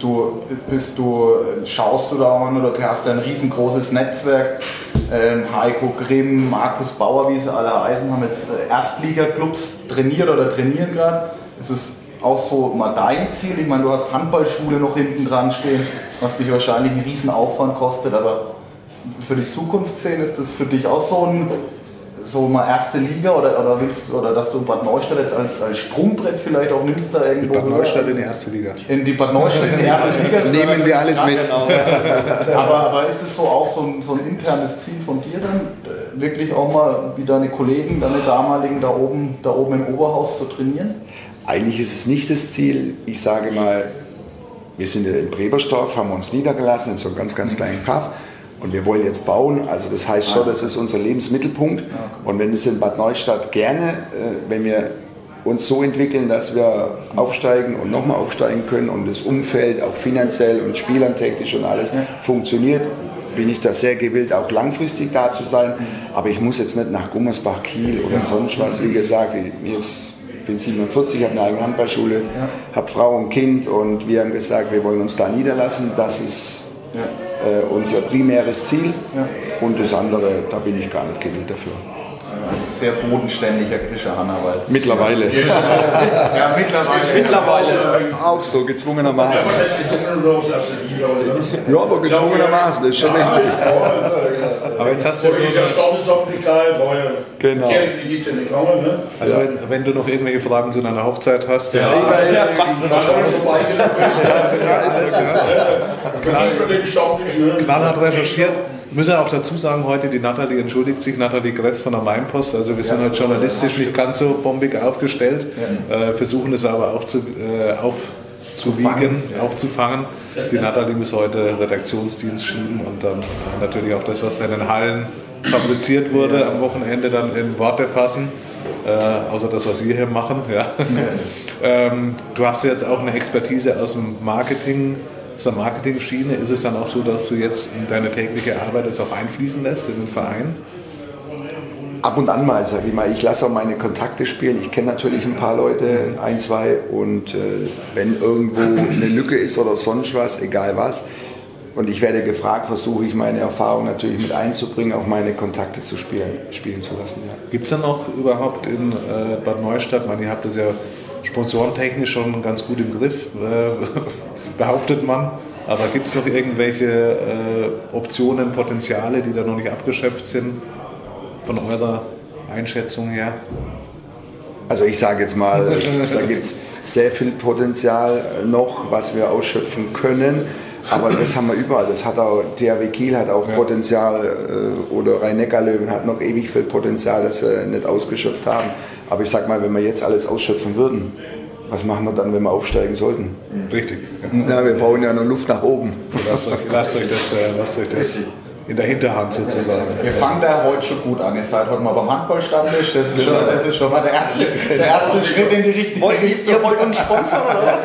Schaust du da auch an oder hast du ein riesengroßes Netzwerk? Heiko Grimm, Markus Bauer, wie sie alle heißen, haben jetzt Erstliga-Clubs trainiert oder trainieren gerade. Ist es auch so mal dein Ziel? Ich meine, du hast Handballschule noch hinten dran stehen, was dich wahrscheinlich einen riesen Aufwand kostet, aber für die Zukunft gesehen, ist das für dich auch so mal erste Liga oder dass du Bad Neustadt jetzt als Sprungbrett vielleicht auch nimmst da irgendwo? Bad Neustadt in die erste Liga. In die Bad Neustadt in die erste Liga. Nehmen wir alles mit. Genau. aber ist das so auch so ein internes Ziel von dir dann, wirklich auch mal wie deine Kollegen, deine damaligen da oben im Oberhaus zu trainieren? Eigentlich ist es nicht das Ziel. Ich sage mal, wir sind in Brebersdorf, haben uns niedergelassen in so einem ganz, ganz kleinen Kaff. Und wir wollen jetzt bauen, also das heißt schon, das ist unser Lebensmittelpunkt. Und wenn es in Bad Neustadt gerne, wenn wir uns so entwickeln, dass wir aufsteigen und nochmal aufsteigen können und das Umfeld auch finanziell und spielertechnisch und alles funktioniert, bin ich da sehr gewillt, auch langfristig da zu sein. Aber ich muss jetzt nicht nach Gummersbach, Kiel oder sonst was. Wie gesagt, ich bin 47, habe eine eigene Handballschule, habe Frau und Kind und wir haben gesagt, wir wollen uns da niederlassen. Das ist unser primäres Ziel und das andere, da bin ich gar nicht gewillt dafür. Sehr bodenständiger Grischer Hannawald. Mittlerweile. Ja, mittlerweile. Auch so, gezwungenermaßen. Was heißt gezwungen oder aus erster Liga, oder? Ja, aber gezwungenermaßen, das ist schon richtig. Aber jetzt hast du Vor dieser Standesamtlichkeit war ja Genau. kirchlich geht's ja nicht gegangen, ne? also wenn du noch irgendwelche Fragen zu deiner Hochzeit hast, Ja, knallhart recherchiert. Müssen auch dazu sagen, heute die Nathalie entschuldigt sich, Nathalie Gress von der Mainpost. Also wir sind halt journalistisch nicht ganz so bombig aufgestellt, versuchen es aber aufzufangen. Die Nathalie muss heute Redaktionsdienst schieben und dann natürlich auch das, was in den Hallen fabriziert wurde, am Wochenende dann in Worte fassen. Außer das, was wir hier machen. Ja. Du hast jetzt auch eine Expertise aus dem Marketing. Aus der Marketing-Schiene, ist es dann auch so, dass du jetzt in deine tägliche Arbeit jetzt auch einfließen lässt in den Verein? Ab und an mal, sag ich mal. Ich lasse auch meine Kontakte spielen. Ich kenne natürlich ein paar Leute, ein, zwei. Und wenn irgendwo eine Lücke ist oder sonst was, egal was, und ich werde gefragt, versuche ich meine Erfahrung natürlich mit einzubringen, auch meine Kontakte zu spielen zu lassen. Ja. Gibt es dann noch überhaupt in Bad Neustadt, ich meine, ihr habt das ja sponsorentechnisch schon ganz gut im Griff, behauptet man. Aber gibt es noch irgendwelche Optionen, Potenziale, die da noch nicht abgeschöpft sind, von eurer Einschätzung her? Also ich sage jetzt mal, da gibt es sehr viel Potenzial noch, was wir ausschöpfen können. Aber das haben wir überall. Das hat auch THW Kiel hat auch Potenzial oder Rhein-Neckar-Löwen hat noch ewig viel Potenzial, das sie nicht ausgeschöpft haben. Aber ich sag mal, wenn wir jetzt alles ausschöpfen würden, was machen wir dann, wenn wir aufsteigen sollten? Richtig. Ja, wir brauchen ja noch Luft nach oben. Lasst euch das in der Hinterhand sozusagen. Wir fangen da heute schon gut an. Ihr seid heute mal beim Handballstammtisch. Das ist schon mal der erste Schritt in die richtige Richtung. Ihr wollt uns sponsern oder was?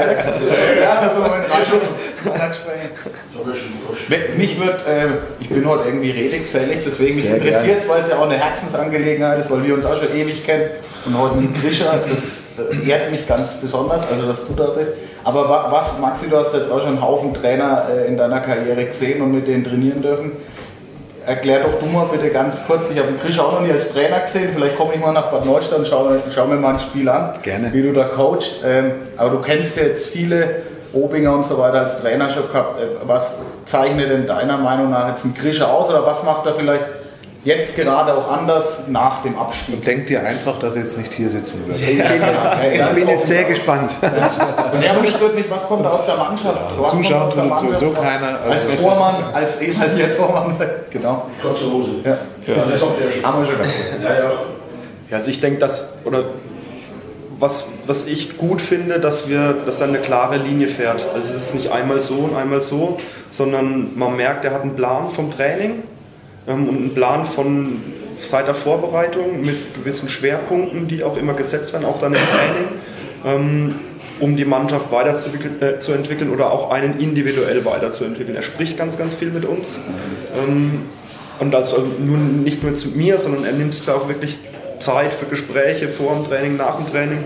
Ich bin heute irgendwie redegesellig, deswegen mich interessiert es, weil es ja auch eine Herzensangelegenheit ist, weil wir uns auch schon ewig kennen. Und heute mit Grischer, das ehrt mich ganz besonders, also dass du da bist. Aber was, Maxi, du hast jetzt auch schon einen Haufen Trainer in deiner Karriere gesehen und mit denen trainieren dürfen. Erklär doch du mal bitte ganz kurz, ich habe den Grischer auch noch nie als Trainer gesehen, vielleicht komme ich mal nach Bad Neustadt und schau mir mal ein Spiel an, Gerne. Wie du da coachst. Aber du kennst ja jetzt viele Obinger und so weiter als Trainer schon gehabt. Was zeichnet denn deiner Meinung nach jetzt ein Grischer aus oder was macht er vielleicht jetzt gerade auch anders nach dem Abstieg? Und denkt ihr einfach, dass er jetzt nicht hier sitzen wird? Ich bin jetzt sehr gespannt. Ja, aber mich würde nicht, was kommt da aus der Mannschaft? Zuschauen tut sowieso keiner. Als Tormann, als ehemaliger Tormann. Genau. Kurze Hose. Ja. Das habt ihr ja schon. Haben wir schon gehabt. Ja. Ja, also ich denke, dass, oder was ich gut finde, dass da eine klare Linie fährt. Also es ist nicht einmal so und einmal so, sondern man merkt, er hat einen Plan vom Training und einen Plan seit der Vorbereitung mit gewissen Schwerpunkten, die auch immer gesetzt werden, auch dann im Training, um die Mannschaft weiterzuentwickeln oder auch einen individuell weiterzuentwickeln. Er spricht ganz, ganz viel mit uns und also nicht nur zu mir, sondern er nimmt sich da auch wirklich Zeit für Gespräche vor dem Training, nach dem Training.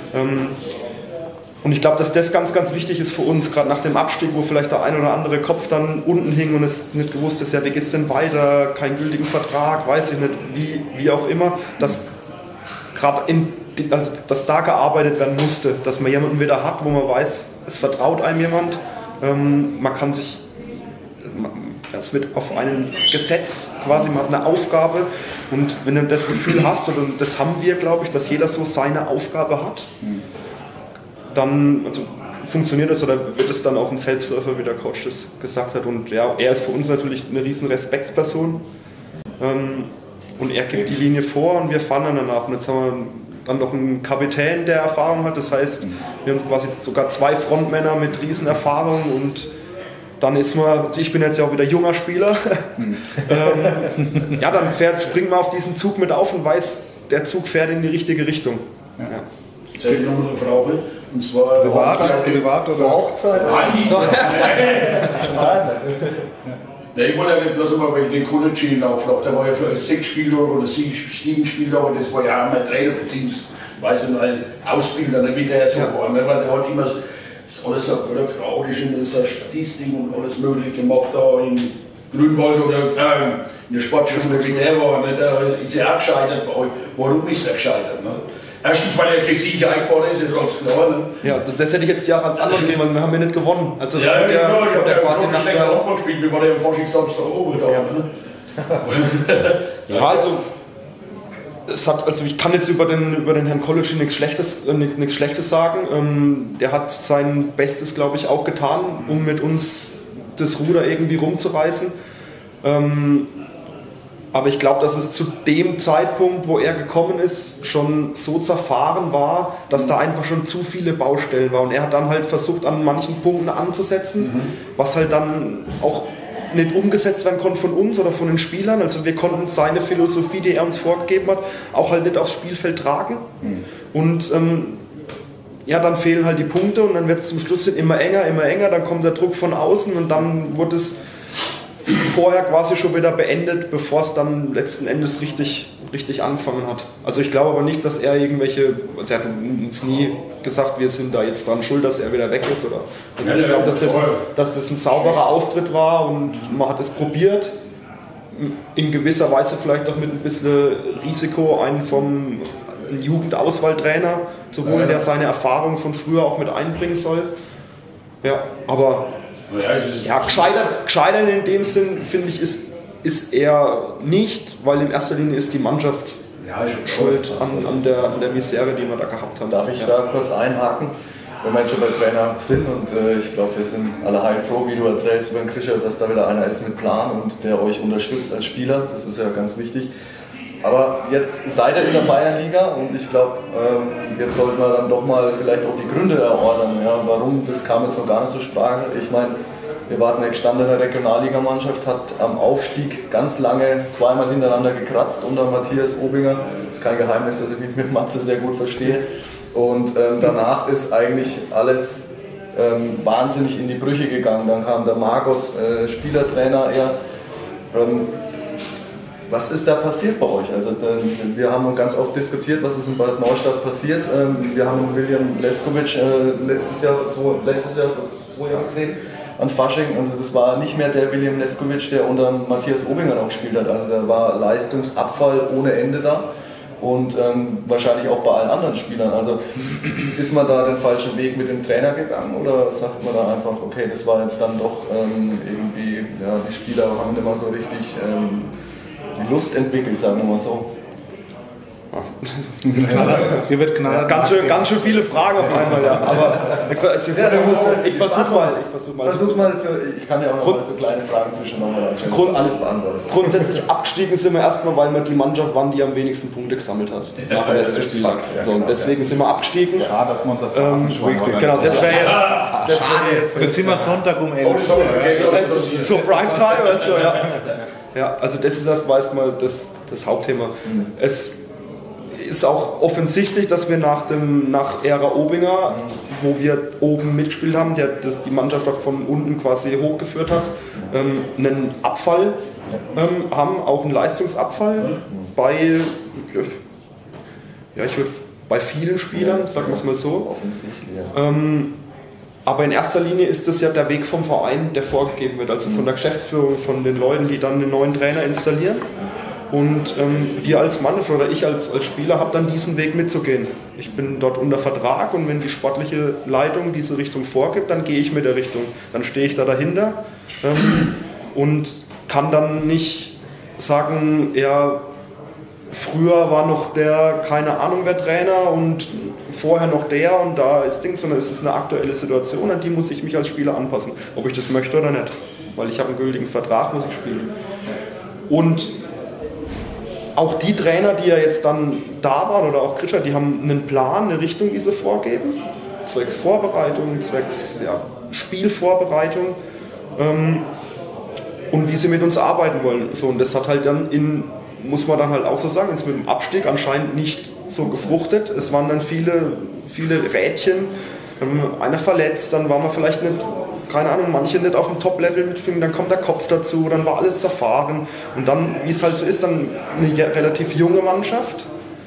Und ich glaube, dass das ganz, ganz wichtig ist für uns, gerade nach dem Abstieg, wo vielleicht der ein oder andere Kopf dann unten hing und es nicht gewusst ist, ja, wie geht es denn weiter, keinen gültigen Vertrag, weiß ich nicht, wie auch immer, dass gerade dass da gearbeitet werden musste, dass man jemanden wieder hat, wo man weiß, es vertraut einem jemand, man kann sich, es wird auf einen gesetzt, quasi, man hat eine Aufgabe und wenn du das Gefühl hast, und das haben wir, glaube ich, dass jeder so seine Aufgabe hat, dann funktioniert das oder wird es dann auch ein Selbstläufer, wie der Coach das gesagt hat. Und ja, er ist für uns natürlich eine riesen Respektsperson und er gibt die Linie vor und wir fahren dann danach. Und jetzt haben wir dann noch einen Kapitän, der Erfahrung hat, das heißt, wir haben quasi sogar 2 Frontmänner mit riesen Erfahrung und dann ist man, also ich bin jetzt ja auch wieder junger Spieler, ja, dann springt man auf diesen Zug mit auf und weiß, der Zug fährt in die richtige Richtung. Ja. Jetzt habe ich noch eine Frage, und zwar... Privat oder? Zur Hochzeit? Nein, ich wollte ja nicht bloß immer bei den College nachfragen, da war ja für 6 Spieler oder 7 Spieler, aber das war ja auch mein Trainer beziehungsweise ein Ausbilder, wie der so war, weil der hat immer alles so bürokratisch und so Statistik und alles Mögliche gemacht da in Grünwald oder in der Sportschule, wie der war, da ist er auch gescheitert bei euch. Warum ist er gescheitert? Ne? Erstens, weil er kein Sieg eingefahren ist ganz klar. Ne? Ja, das hätte ich jetzt ja auch ans andere gegeben, weil wir haben ja nicht gewonnen. Also ja, genau, ich habe ja quasi nach der Handball gespielt, wir waren ja am Faschingssamstag oben da. Ja. Ne? Ja, also ich kann jetzt über den Herrn College nichts Schlechtes sagen. Der hat sein Bestes, glaube ich, auch getan, um mit uns das Ruder irgendwie rumzureißen. Aber ich glaube, dass es zu dem Zeitpunkt, wo er gekommen ist, schon so zerfahren war, dass da einfach schon zu viele Baustellen waren. Und er hat dann halt versucht, an manchen Punkten anzusetzen, was halt dann auch nicht umgesetzt werden konnte von uns oder von den Spielern. Also wir konnten seine Philosophie, die er uns vorgegeben hat, auch halt nicht aufs Spielfeld tragen. Und ja, dann fehlen halt die Punkte und dann wird es zum Schluss immer enger, dann kommt der Druck von außen und dann wurde es vorher quasi schon wieder beendet, bevor es dann letzten Endes richtig angefangen hat. Also ich glaube aber nicht, dass er er hat uns nie gesagt, wir sind da jetzt dran schuld, dass er wieder weg ist. Also ich glaube, dass das ein sauberer Auftritt war und man hat es probiert, in gewisser Weise vielleicht auch mit ein bisschen Risiko einen Jugendauswahltrainer zu holen, der seine Erfahrung von früher auch mit einbringen soll. Ja, aber ja, gescheitert in dem Sinn, finde ich, ist er nicht, weil in erster Linie ist die Mannschaft schuld an der Misere, die wir da gehabt haben. Darf ich da kurz einhaken? Wenn wir jetzt schon bei Trainer sind und ich glaube, wir sind alle heilfroh, wie du erzählst über den Krischer, dass da wieder einer ist mit Plan und der euch unterstützt als Spieler, das ist ja ganz wichtig. Aber jetzt seid ihr in der Bayernliga und ich glaube, jetzt sollten wir dann doch mal vielleicht auch die Gründe erörtern, ja, warum, das kam jetzt noch gar nicht zur Sprache. Ich meine, wir waren eine gestandene Regionalligamannschaft, hat am Aufstieg ganz lange zweimal hintereinander gekratzt unter Matthias Obinger. Das ist kein Geheimnis, dass ich mich mit Matze sehr gut verstehe. Und danach ist eigentlich alles wahnsinnig in die Brüche gegangen. Dann kam der Margots, Spielertrainer, was ist da passiert bei euch? Also wir haben ganz oft diskutiert, was ist in Bad Neustadt passiert. Wir haben William Leskovic letztes Jahr vor 2 Jahren gesehen an Fasching. Also das war nicht mehr der William Leskovic, der unter Matthias Obinger noch gespielt hat. Also da war Leistungsabfall ohne Ende da und wahrscheinlich auch bei allen anderen Spielern. Also ist man da den falschen Weg mit dem Trainer gegangen oder sagt man da einfach, okay, das war jetzt dann doch irgendwie, ja, die Spieler haben nicht mal so richtig die Lust entwickelt, sagen wir mal so. Hier wird knallen. Ganz schön viele Fragen auf einmal, ja. Aber ich versuche mal. Ich kann ja auch noch mal so kleine Fragen zwischen nochmal anstellen. Alles beantwortet. Grundsätzlich abgestiegen sind wir erstmal, weil wir die Mannschaft waren, die am wenigsten Punkte gesammelt hat. Nach dem letzten Spiel. So, und deswegen sind wir abgestiegen. Ja, dass man uns auf Genau, das wäre jetzt. Jetzt sind wir Sonntag um 11 Uhr. So Primetime oder so, ja. Ja, also das ist erstmal das Hauptthema. Es ist auch offensichtlich, dass wir nach Ära Obinger, wo wir oben mitgespielt haben, der die Mannschaft auch von unten quasi hochgeführt hat, einen Abfall haben, auch einen Leistungsabfall bei vielen Spielern, sagen wir es mal so. Offensichtlich, ja. Aber in erster Linie ist das ja der Weg vom Verein, der vorgegeben wird, also von der Geschäftsführung, von den Leuten, die dann einen neuen Trainer installieren. Und wir als Mannschaft oder ich als Spieler habe dann diesen Weg mitzugehen. Ich bin dort unter Vertrag und wenn die sportliche Leitung diese Richtung vorgibt, dann gehe ich mit der Richtung. Dann stehe ich da dahinter und kann dann nicht sagen, ja, früher war noch der, keine Ahnung wer Trainer und vorher noch der und da ist Ding, sondern es ist eine aktuelle Situation, an die muss ich mich als Spieler anpassen, ob ich das möchte oder nicht. Weil ich habe einen gültigen Vertrag, muss ich spielen. Und auch die Trainer, die ja jetzt dann da waren oder auch Krischer, die haben einen Plan, eine Richtung, die sie vorgeben, zwecks Vorbereitung, zwecks Spielvorbereitung und wie sie mit uns arbeiten wollen. So, und das hat halt dann muss man dann halt auch so sagen, ist mit dem Abstieg anscheinend nicht so gefruchtet. Es waren dann viele Rädchen, einer verletzt, dann war man vielleicht nicht, keine Ahnung, manche nicht auf dem Top-Level mitfinden, dann kommt der Kopf dazu, dann war alles zerfahren und dann, wie es halt so ist, dann eine relativ junge Mannschaft.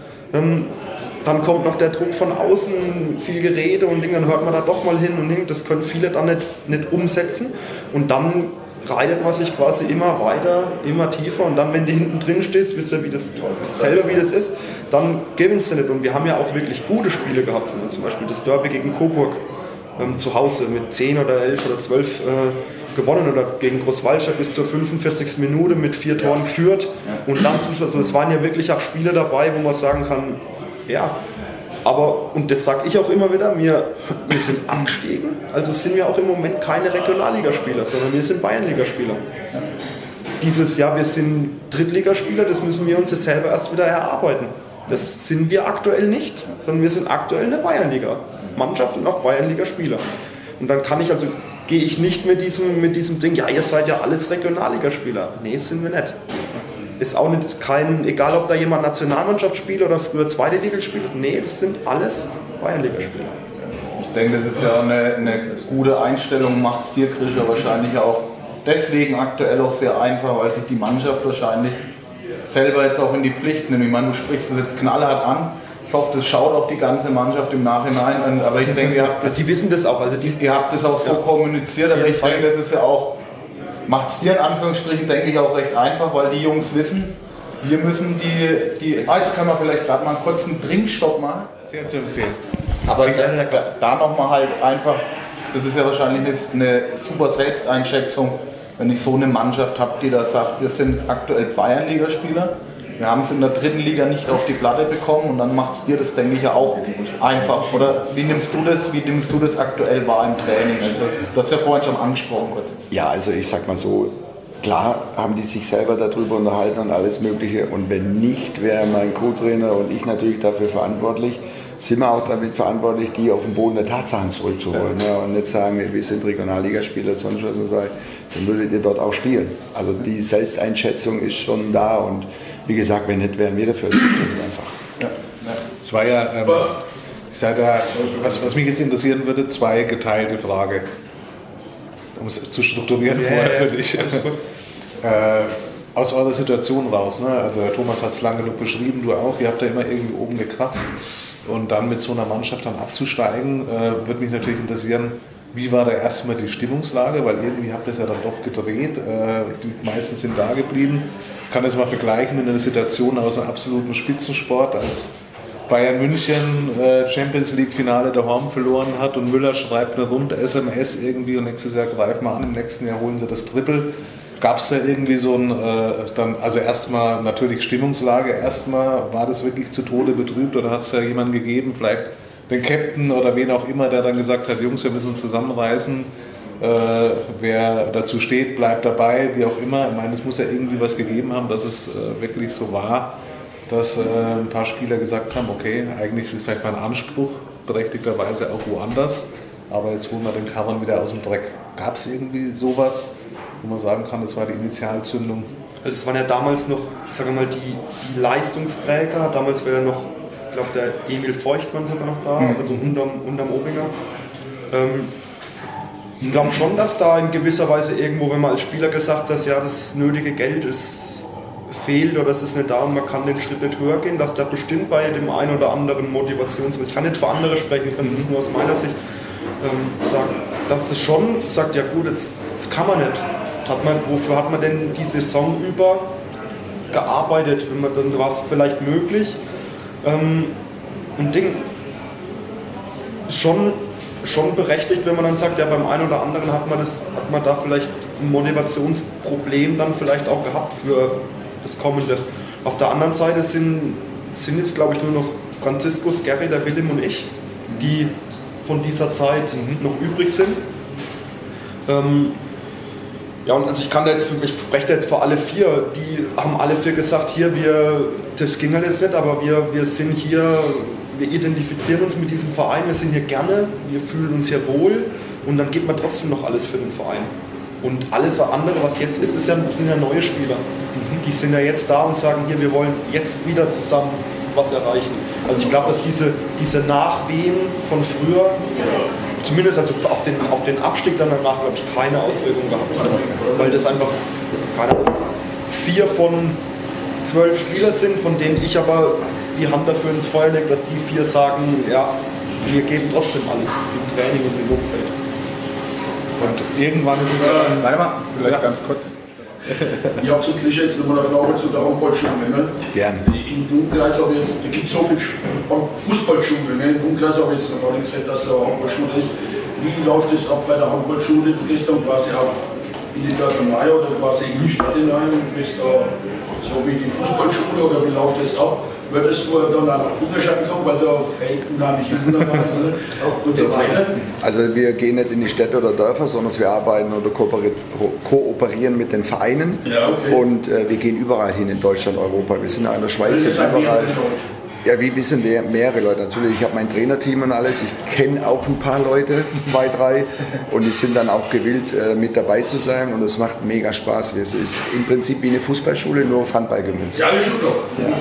Dann kommt noch der Druck von außen, viel Gerede und Ding, dann hört man da doch mal hin und hin, das können viele dann nicht umsetzen und dann reitet man sich quasi immer weiter, immer tiefer und dann, wenn du hinten drin stehst, wisst ihr selber, wie das ist, dann gewinnst du nicht. Und wir haben ja auch wirklich gute Spiele gehabt, zum Beispiel das Derby gegen Coburg zu Hause mit 10 oder 11 oder 12 gewonnen oder gegen Großwaldstadt bis zur 45. Minute mit 4 Toren geführt und dann zum Schluss, also es waren ja wirklich auch Spiele dabei, wo man sagen kann, ja, aber, und das sage ich auch immer wieder, wir sind abgestiegen, also sind wir auch im Moment keine Regionalligaspieler, sondern wir sind Bayernligaspieler. Dieses Jahr, wir sind Drittligaspieler, das müssen wir uns jetzt selber erst wieder erarbeiten. Das sind wir aktuell nicht, sondern wir sind aktuell eine Bayernliga-Mannschaft und auch Bayernligaspieler. Und dann gehe ich nicht mit diesem Ding, ja, ihr seid ja alles Regionalligaspieler. Nee, sind wir nicht. Ist auch nicht egal ob da jemand Nationalmannschaft spielt oder früher zweite Liga spielt, nee, das sind alles Bayernligaspieler. Ich denke, das ist ja eine gute Einstellung, macht es dir, Krischer, wahrscheinlich auch deswegen aktuell auch sehr einfach, weil sich die Mannschaft wahrscheinlich selber jetzt auch in die Pflicht nimmt. Ich meine, du sprichst es jetzt knallhart an. Ich hoffe, das schaut auch die ganze Mannschaft im Nachhinein. Aber ich denke, die wissen das auch. Also ihr habt das auch so kommuniziert, aber ich denke, das ist ja auch, macht es dir in Anführungsstrichen, denke ich, auch recht einfach, weil die Jungs wissen, wir müssen jetzt können wir vielleicht gerade mal einen kurzen Trinkstopp machen. Sehr zu empfehlen. Aber da nochmal halt einfach, das ist ja wahrscheinlich eine super Selbsteinschätzung, wenn ich so eine Mannschaft habe, die da sagt, wir sind jetzt aktuell Bayernligaspieler, wir haben es in der dritten Liga nicht auf die Platte bekommen und dann macht es dir das, denke ich, ja auch einfach. Oder wie nimmst du das aktuell wahr im Training? Also, du hast ja vorhin schon angesprochen kurz. Ja, also ich sag mal so, klar haben die sich selber darüber unterhalten und alles Mögliche und wenn nicht, wäre mein Co-Trainer und ich natürlich dafür verantwortlich, sind wir auch damit verantwortlich, die auf den Boden der Tatsachen zurückzuholen. Ja, und nicht sagen, wir sind Regionalligaspieler, sonst was, und sagen, dann würdet ihr dort auch spielen. Also die Selbsteinschätzung ist schon da und wie gesagt, wenn nicht, wären wir dafür zuständig einfach. Ja. Es war ja, was mich jetzt interessieren würde, 2 geteilte Frage, um es zu strukturieren vorher für dich. Aus eurer Situation raus, ne? Also Thomas hat es lang genug beschrieben, du auch, ihr habt da immer irgendwie oben gekratzt und dann mit so einer Mannschaft dann abzusteigen, würde mich natürlich interessieren, wie war da erstmal die Stimmungslage, weil irgendwie habt ihr es ja dann doch gedreht, die meisten sind da geblieben. Ich kann das mal vergleichen mit einer Situation aus einem absoluten Spitzensport, als Bayern München Champions League Finale daheim verloren hat und Müller schreibt eine runde SMS irgendwie und nächstes Jahr greifen wir an, im nächsten Jahr holen sie das Triple. Gab es da irgendwie so ein, also erstmal natürlich Stimmungslage, erstmal war das wirklich zu Tode betrübt oder hat es da jemanden gegeben, vielleicht den Captain oder wen auch immer, der dann gesagt hat, Jungs, wir müssen uns zusammenreißen, wer dazu steht, bleibt dabei, wie auch immer. Ich meine, es muss ja irgendwie was gegeben haben, dass es wirklich so war, dass ein paar Spieler gesagt haben, okay, eigentlich ist vielleicht mein Anspruch berechtigterweise auch woanders, aber jetzt holen wir den Karren wieder aus dem Dreck. Gab es irgendwie sowas, wo man sagen kann, das war die Initialzündung? Also es waren ja damals noch, sagen wir mal, die Leistungsträger, damals war ja noch, ich glaube, der Emil Feuchtmann sogar noch da, also unterm Obinger. Ich glaube schon, dass da in gewisser Weise irgendwo, wenn man als Spieler gesagt hat, dass ja das nötige Geld fehlt oder es ist nicht da und man kann den Schritt nicht höher gehen, dass da bestimmt bei dem einen oder anderen ich kann nicht für andere sprechen, ich kann das nur aus meiner Sicht sagen, dass das schon sagt, ja gut, jetzt kann man nicht. Wofür hat man denn die Saison über gearbeitet? Dann war es vielleicht möglich. Ein Ding schon berechtigt, wenn man dann sagt, ja, beim einen oder anderen hat man da vielleicht ein Motivationsproblem dann vielleicht auch gehabt für das Kommende. Auf der anderen Seite sind jetzt, glaube ich, nur noch Franziskus, Gerry, der Willem und ich, die von dieser Zeit noch übrig sind. Ja, und also ich spreche da jetzt für alle vier, die haben alle vier gesagt, hier, das ging halt jetzt nicht, aber wir sind hier, wir identifizieren uns mit diesem Verein, wir sind hier gerne, wir fühlen uns hier wohl und dann gibt man trotzdem noch alles für den Verein. Und alles andere, was jetzt ist, sind ja neue Spieler. Die sind ja jetzt da und sagen, hier, wir wollen jetzt wieder zusammen was erreichen. Also ich glaube, dass diese Nachwehen von früher, zumindest also auf den Abstieg dann danach, glaube ich, keine Auswirkungen gehabt hat. Weil das einfach, keine Ahnung, 4 von 12 Spieler sind, von denen ich aber die Hand dafür ins Feuer lege, dass die 4 sagen, ja, wir geben trotzdem alles im Training und im Umfeld. Und irgendwann ist es ja dann... Warte mal, vielleicht ganz kurz. Ich habe so Klischee jetzt nochmal eine Frage zu der Handballschule. Ne? Gern. Im Umkreis habe ich jetzt, da gibt es so viel Fußballschule. Ne? Im Umkreis habe ich jetzt noch gar nicht gesagt, dass da eine Handballschule ist. Wie läuft das ab bei der Handballschule? Du gehst dann quasi in die Dörfer oder quasi in die Stadt hinein und bist da so wie die Fußballschule oder wie läuft das ab? Würdest du dann auch nach Bundesstadt kommen, weil da fällt unheimlich wunderbar und so weiter? Also wir gehen nicht in die Städte oder Dörfer, sondern wir arbeiten oder kooperieren mit den Vereinen. Ja, okay. Und wir gehen überall hin in Deutschland, Europa. Wir sind in der Schweiz jetzt überall. Ja, wir sind mehrere Leute. Natürlich, ich habe mein Trainerteam und alles. Ich kenne auch ein paar Leute, 2, 3. Und die sind dann auch gewillt, mit dabei zu sein. Und es macht mega Spaß. Es ist im Prinzip wie eine Fußballschule, nur auf Handball gemünzt. Ja, das stimmt doch. Ja.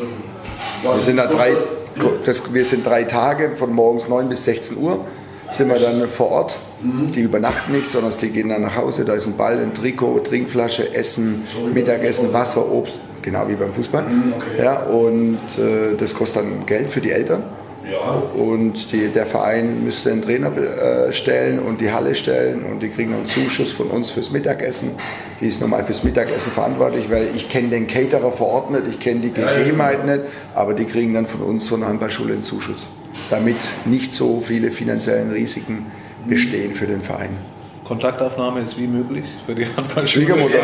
Wir sind 3 Tage, von morgens 9 bis 16 Uhr sind wir dann vor Ort. Die übernachten nicht, sondern die gehen dann nach Hause. Da ist ein Ball, ein Trikot, Trinkflasche, Essen, Mittagessen, Wasser, Obst. Genau wie beim Fußball. Okay. Ja, und das kostet dann Geld für die Eltern. Ja. Und der Verein müsste einen Trainer stellen und die Halle stellen und die kriegen einen Zuschuss von uns fürs Mittagessen. Die ist normal fürs Mittagessen verantwortlich, weil ich kenne den Caterer vor Ort nicht, ich kenne die Gegebenheiten nicht, aber die kriegen dann von uns von der Handballschule einen Zuschuss, damit nicht so viele finanziellen Risiken bestehen für den Verein. Kontaktaufnahme ist wie möglich für die Handballschule? Schwiegermutter,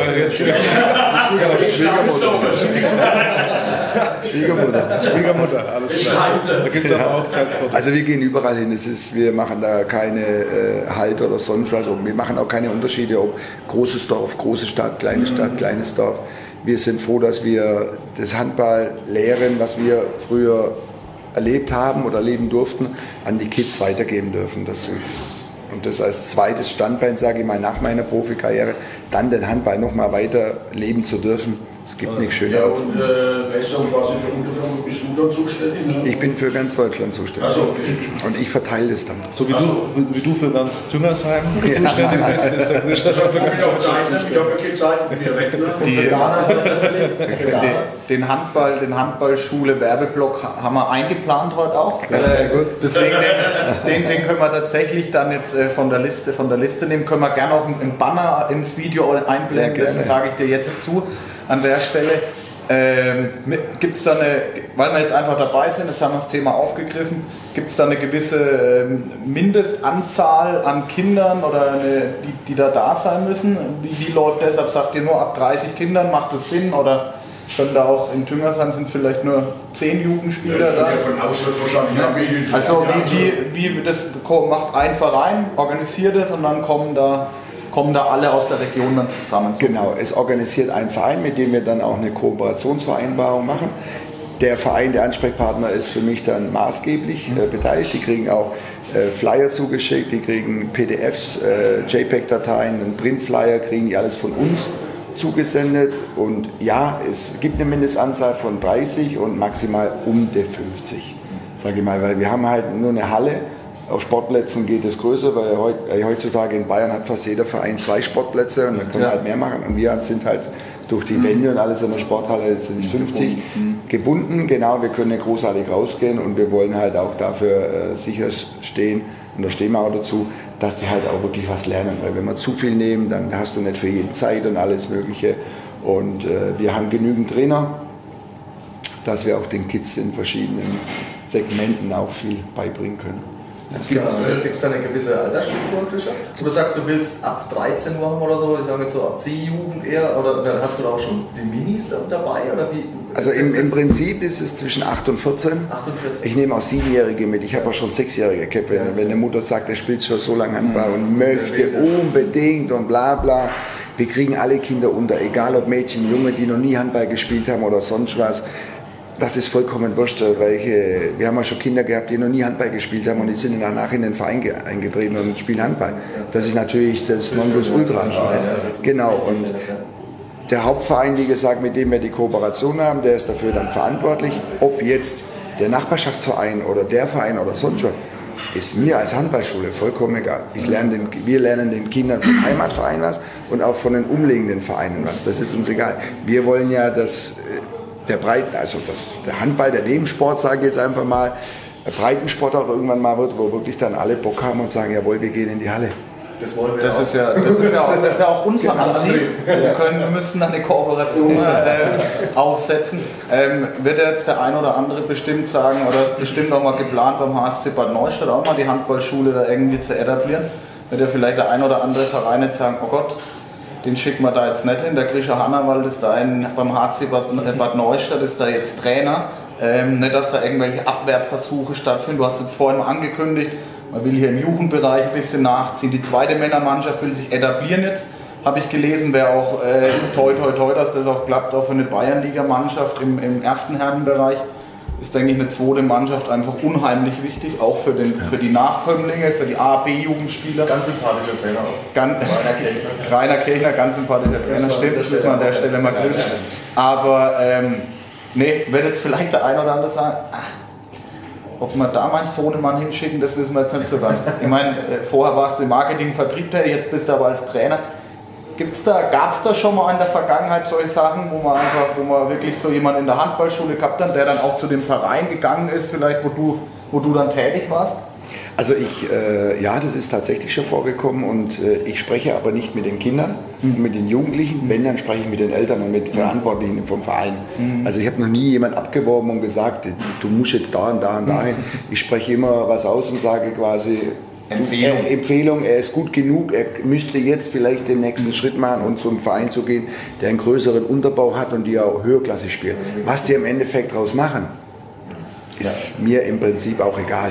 alles klar. Da gibt es aber auch Transport. Also wir gehen überall hin. Wir machen da keine Halt oder sonst was. Wir machen auch keine Unterschiede, ob großes Dorf, große Stadt, kleines Dorf. Wir sind froh, dass wir das Handball lehren, was wir früher erlebt haben oder erleben durften, an die Kids weitergeben dürfen. Und das als zweites Standbein, sage ich mal, nach meiner Profikarriere, dann den Handball noch mal weiter leben zu dürfen. Es gibt nichts Schöneres. Und besser und quasi für Unterfranken bist du dann zuständig? Ne? Ich bin für ganz Deutschland zuständig. Also, okay. Und ich verteile es dann. So wie du für ganz Tüngersheim zuständig bist, ist der Grischer schon für ganz Deutschland. Ich habe ja keine Zeit mit mir weg. Den Handballschule Werbeblock haben wir eingeplant heute auch. Sehr gut. Deswegen den können wir tatsächlich dann jetzt von der Liste nehmen. Können wir gerne auch einen Banner ins Video einblenden. Ja, das sage ich dir jetzt zu an der Stelle. Gibt es da weil wir jetzt einfach dabei sind, jetzt haben wir das Thema aufgegriffen, gibt es da eine gewisse Mindestanzahl an Kindern oder die da sein müssen? Wie läuft das ab? Sagt ihr nur ab 30 Kindern, macht das Sinn? Oder können da auch in Tüngersheim sind es vielleicht nur 10 Jugendspieler da? Ja, von Auswärts wahrscheinlich. Ja. Also wie das macht ein Verein, organisiert es und dann kommen da alle aus der Region dann zusammen? Genau, es organisiert ein Verein, mit dem wir dann auch eine Kooperationsvereinbarung machen. Der Verein, der Ansprechpartner, ist für mich dann maßgeblich beteiligt. Die kriegen auch Flyer zugeschickt, die kriegen PDFs, JPEG-Dateien, einen Printflyer, kriegen die alles von uns zugesendet. Und ja, es gibt eine Mindestanzahl von 30 und maximal um die 50, sage ich mal, weil wir haben halt nur eine Halle. Auf Sportplätzen geht es größer, weil heutzutage in Bayern hat fast jeder Verein 2 Sportplätze und dann können wir halt mehr machen. Und wir sind halt durch die Wände und alles in der Sporthalle sind 50 gebunden. Genau, wir können nicht großartig rausgehen und wir wollen halt auch dafür sicher stehen, und da stehen wir auch dazu, dass die halt auch wirklich was lernen. Weil wenn wir zu viel nehmen, dann hast du nicht für jeden Zeit und alles Mögliche. Und wir haben genügend Trainer, dass wir auch den Kids in verschiedenen Segmenten auch viel beibringen können. Gibt es da eine gewisse Altersstruktur? Du sagst, du willst ab 13 machen oder so, ich sage jetzt so ab C-Jugend eher, oder hast du da auch schon die Minis dabei? Oder wie? Also im Prinzip ist es zwischen 8 und 14. 48. Ich nehme auch 7-Jährige mit, ich habe auch schon 6-Jährige gehabt, wenn eine Mutter sagt, er spielt schon so lange Handball und möchte unbedingt und bla bla. Wir kriegen alle Kinder unter, egal ob Mädchen, Junge, die noch nie Handball gespielt haben oder sonst was. Das ist vollkommen wurscht, weil wir haben ja schon Kinder gehabt, die noch nie Handball gespielt haben und die sind danach in den Verein eingetreten und spielen Handball. Das ist natürlich das Nonplusultra. Genau, und der Hauptverein, wie gesagt, mit dem wir die Kooperation haben, der ist dafür dann verantwortlich. Ob jetzt der Nachbarschaftsverein oder der Verein oder sonst was, ist mir als Handballschule vollkommen egal. Wir lernen den Kindern vom Heimatverein was und auch von den umliegenden Vereinen was. Das ist uns egal. Wir wollen ja, dass der Handball, der Nebensport, sage ich jetzt einfach mal, Breitensport auch irgendwann mal wird, wo wirklich dann alle Bock haben und sagen, jawohl, wir gehen in die Halle. Das wollen wir. Das ist ja auch unser Antrieb. Wir müssen dann eine Kooperation aufsetzen. Wird jetzt der ein oder andere bestimmt sagen, oder ist bestimmt auch mal geplant beim HSC Bad Neustadt auch mal die Handballschule da irgendwie zu etablieren? Wird ja vielleicht der ein oder andere Verein jetzt sagen, oh Gott, den schicken wir da jetzt nicht hin. Der Grisha Hannawald ist da beim HC Bad Neustadt, ist da jetzt Trainer. Nicht, dass da irgendwelche Abwehrversuche stattfinden. Du hast jetzt vorhin mal angekündigt, man will hier im Jugendbereich ein bisschen nachziehen. Die zweite Männermannschaft will sich etablieren jetzt, habe ich gelesen. Wäre auch toi, dass das auch klappt, auch für eine Bayernliga-Mannschaft im ersten Herrenbereich. Ist, denke ich, eine zweite Mannschaft einfach unheimlich wichtig, auch für die Nachkömmlinge, für die A-, B-Jugendspieler. Ganz sympathischer Trainer auch. Rainer Kirchner, ganz sympathischer Trainer, stimmt, das müssen wir an der Stelle mal grüßen. Aber wird jetzt vielleicht der ein oder andere sagen, ob wir da meinen Sohnemann hinschicken, das wissen wir jetzt nicht so ganz. Ich meine, vorher warst du im Marketing, Vertrieb tätig, jetzt bist du aber als Trainer. Gab es da schon mal in der Vergangenheit solche Sachen, wo man wirklich so jemanden in der Handballschule gehabt hat, der dann auch zu dem Verein gegangen ist, vielleicht wo du dann tätig warst? Also das ist tatsächlich schon vorgekommen und ich spreche aber nicht mit den Kindern, mit den Jugendlichen, wenn, dann spreche ich mit den Eltern und mit Verantwortlichen vom Verein. Also ich habe noch nie jemand abgeworben und gesagt, du musst jetzt da und da und dahin. Ich spreche immer was aus und sage quasi, Empfehlung, er ist gut genug, er müsste jetzt vielleicht den nächsten Schritt machen und zum Verein zu gehen, der einen größeren Unterbau hat und die auch höherklassig spielen. Was die im Endeffekt daraus machen, ist mir im Prinzip auch egal.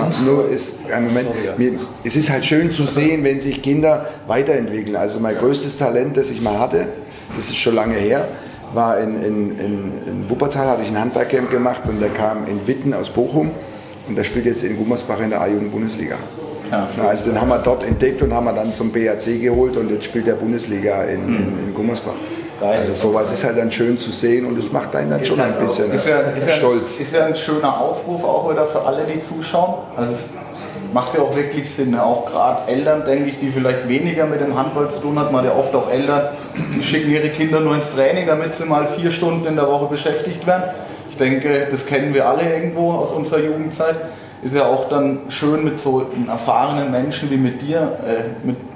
Es ist halt schön zu sehen, wenn sich Kinder weiterentwickeln. Also mein größtes Talent, das ich mal hatte, das ist schon lange her, war in Wuppertal, hatte ich ein Handballcamp gemacht und der kam in Witten aus Bochum und der spielt jetzt in Gummersbach in der A-Jugend-Bundesliga. Also den haben wir dort entdeckt und haben wir dann zum BAC geholt und jetzt spielt der Bundesliga in Gummersbach. Geil. Also sowas ist halt dann schön zu sehen und das macht einen dann schon ein bisschen stolz. Ist ja ein schöner Aufruf auch wieder für alle, die zuschauen. Also es macht ja auch wirklich Sinn, ne? Auch gerade Eltern, denke ich, die vielleicht weniger mit dem Handball zu tun hat. Man hat ja oft auch Eltern, die schicken ihre Kinder nur ins Training, damit sie mal 4 Stunden in der Woche beschäftigt werden. Ich denke, das kennen wir alle irgendwo aus unserer Jugendzeit. Ist ja auch dann schön mit so erfahrenen Menschen wie mit dir,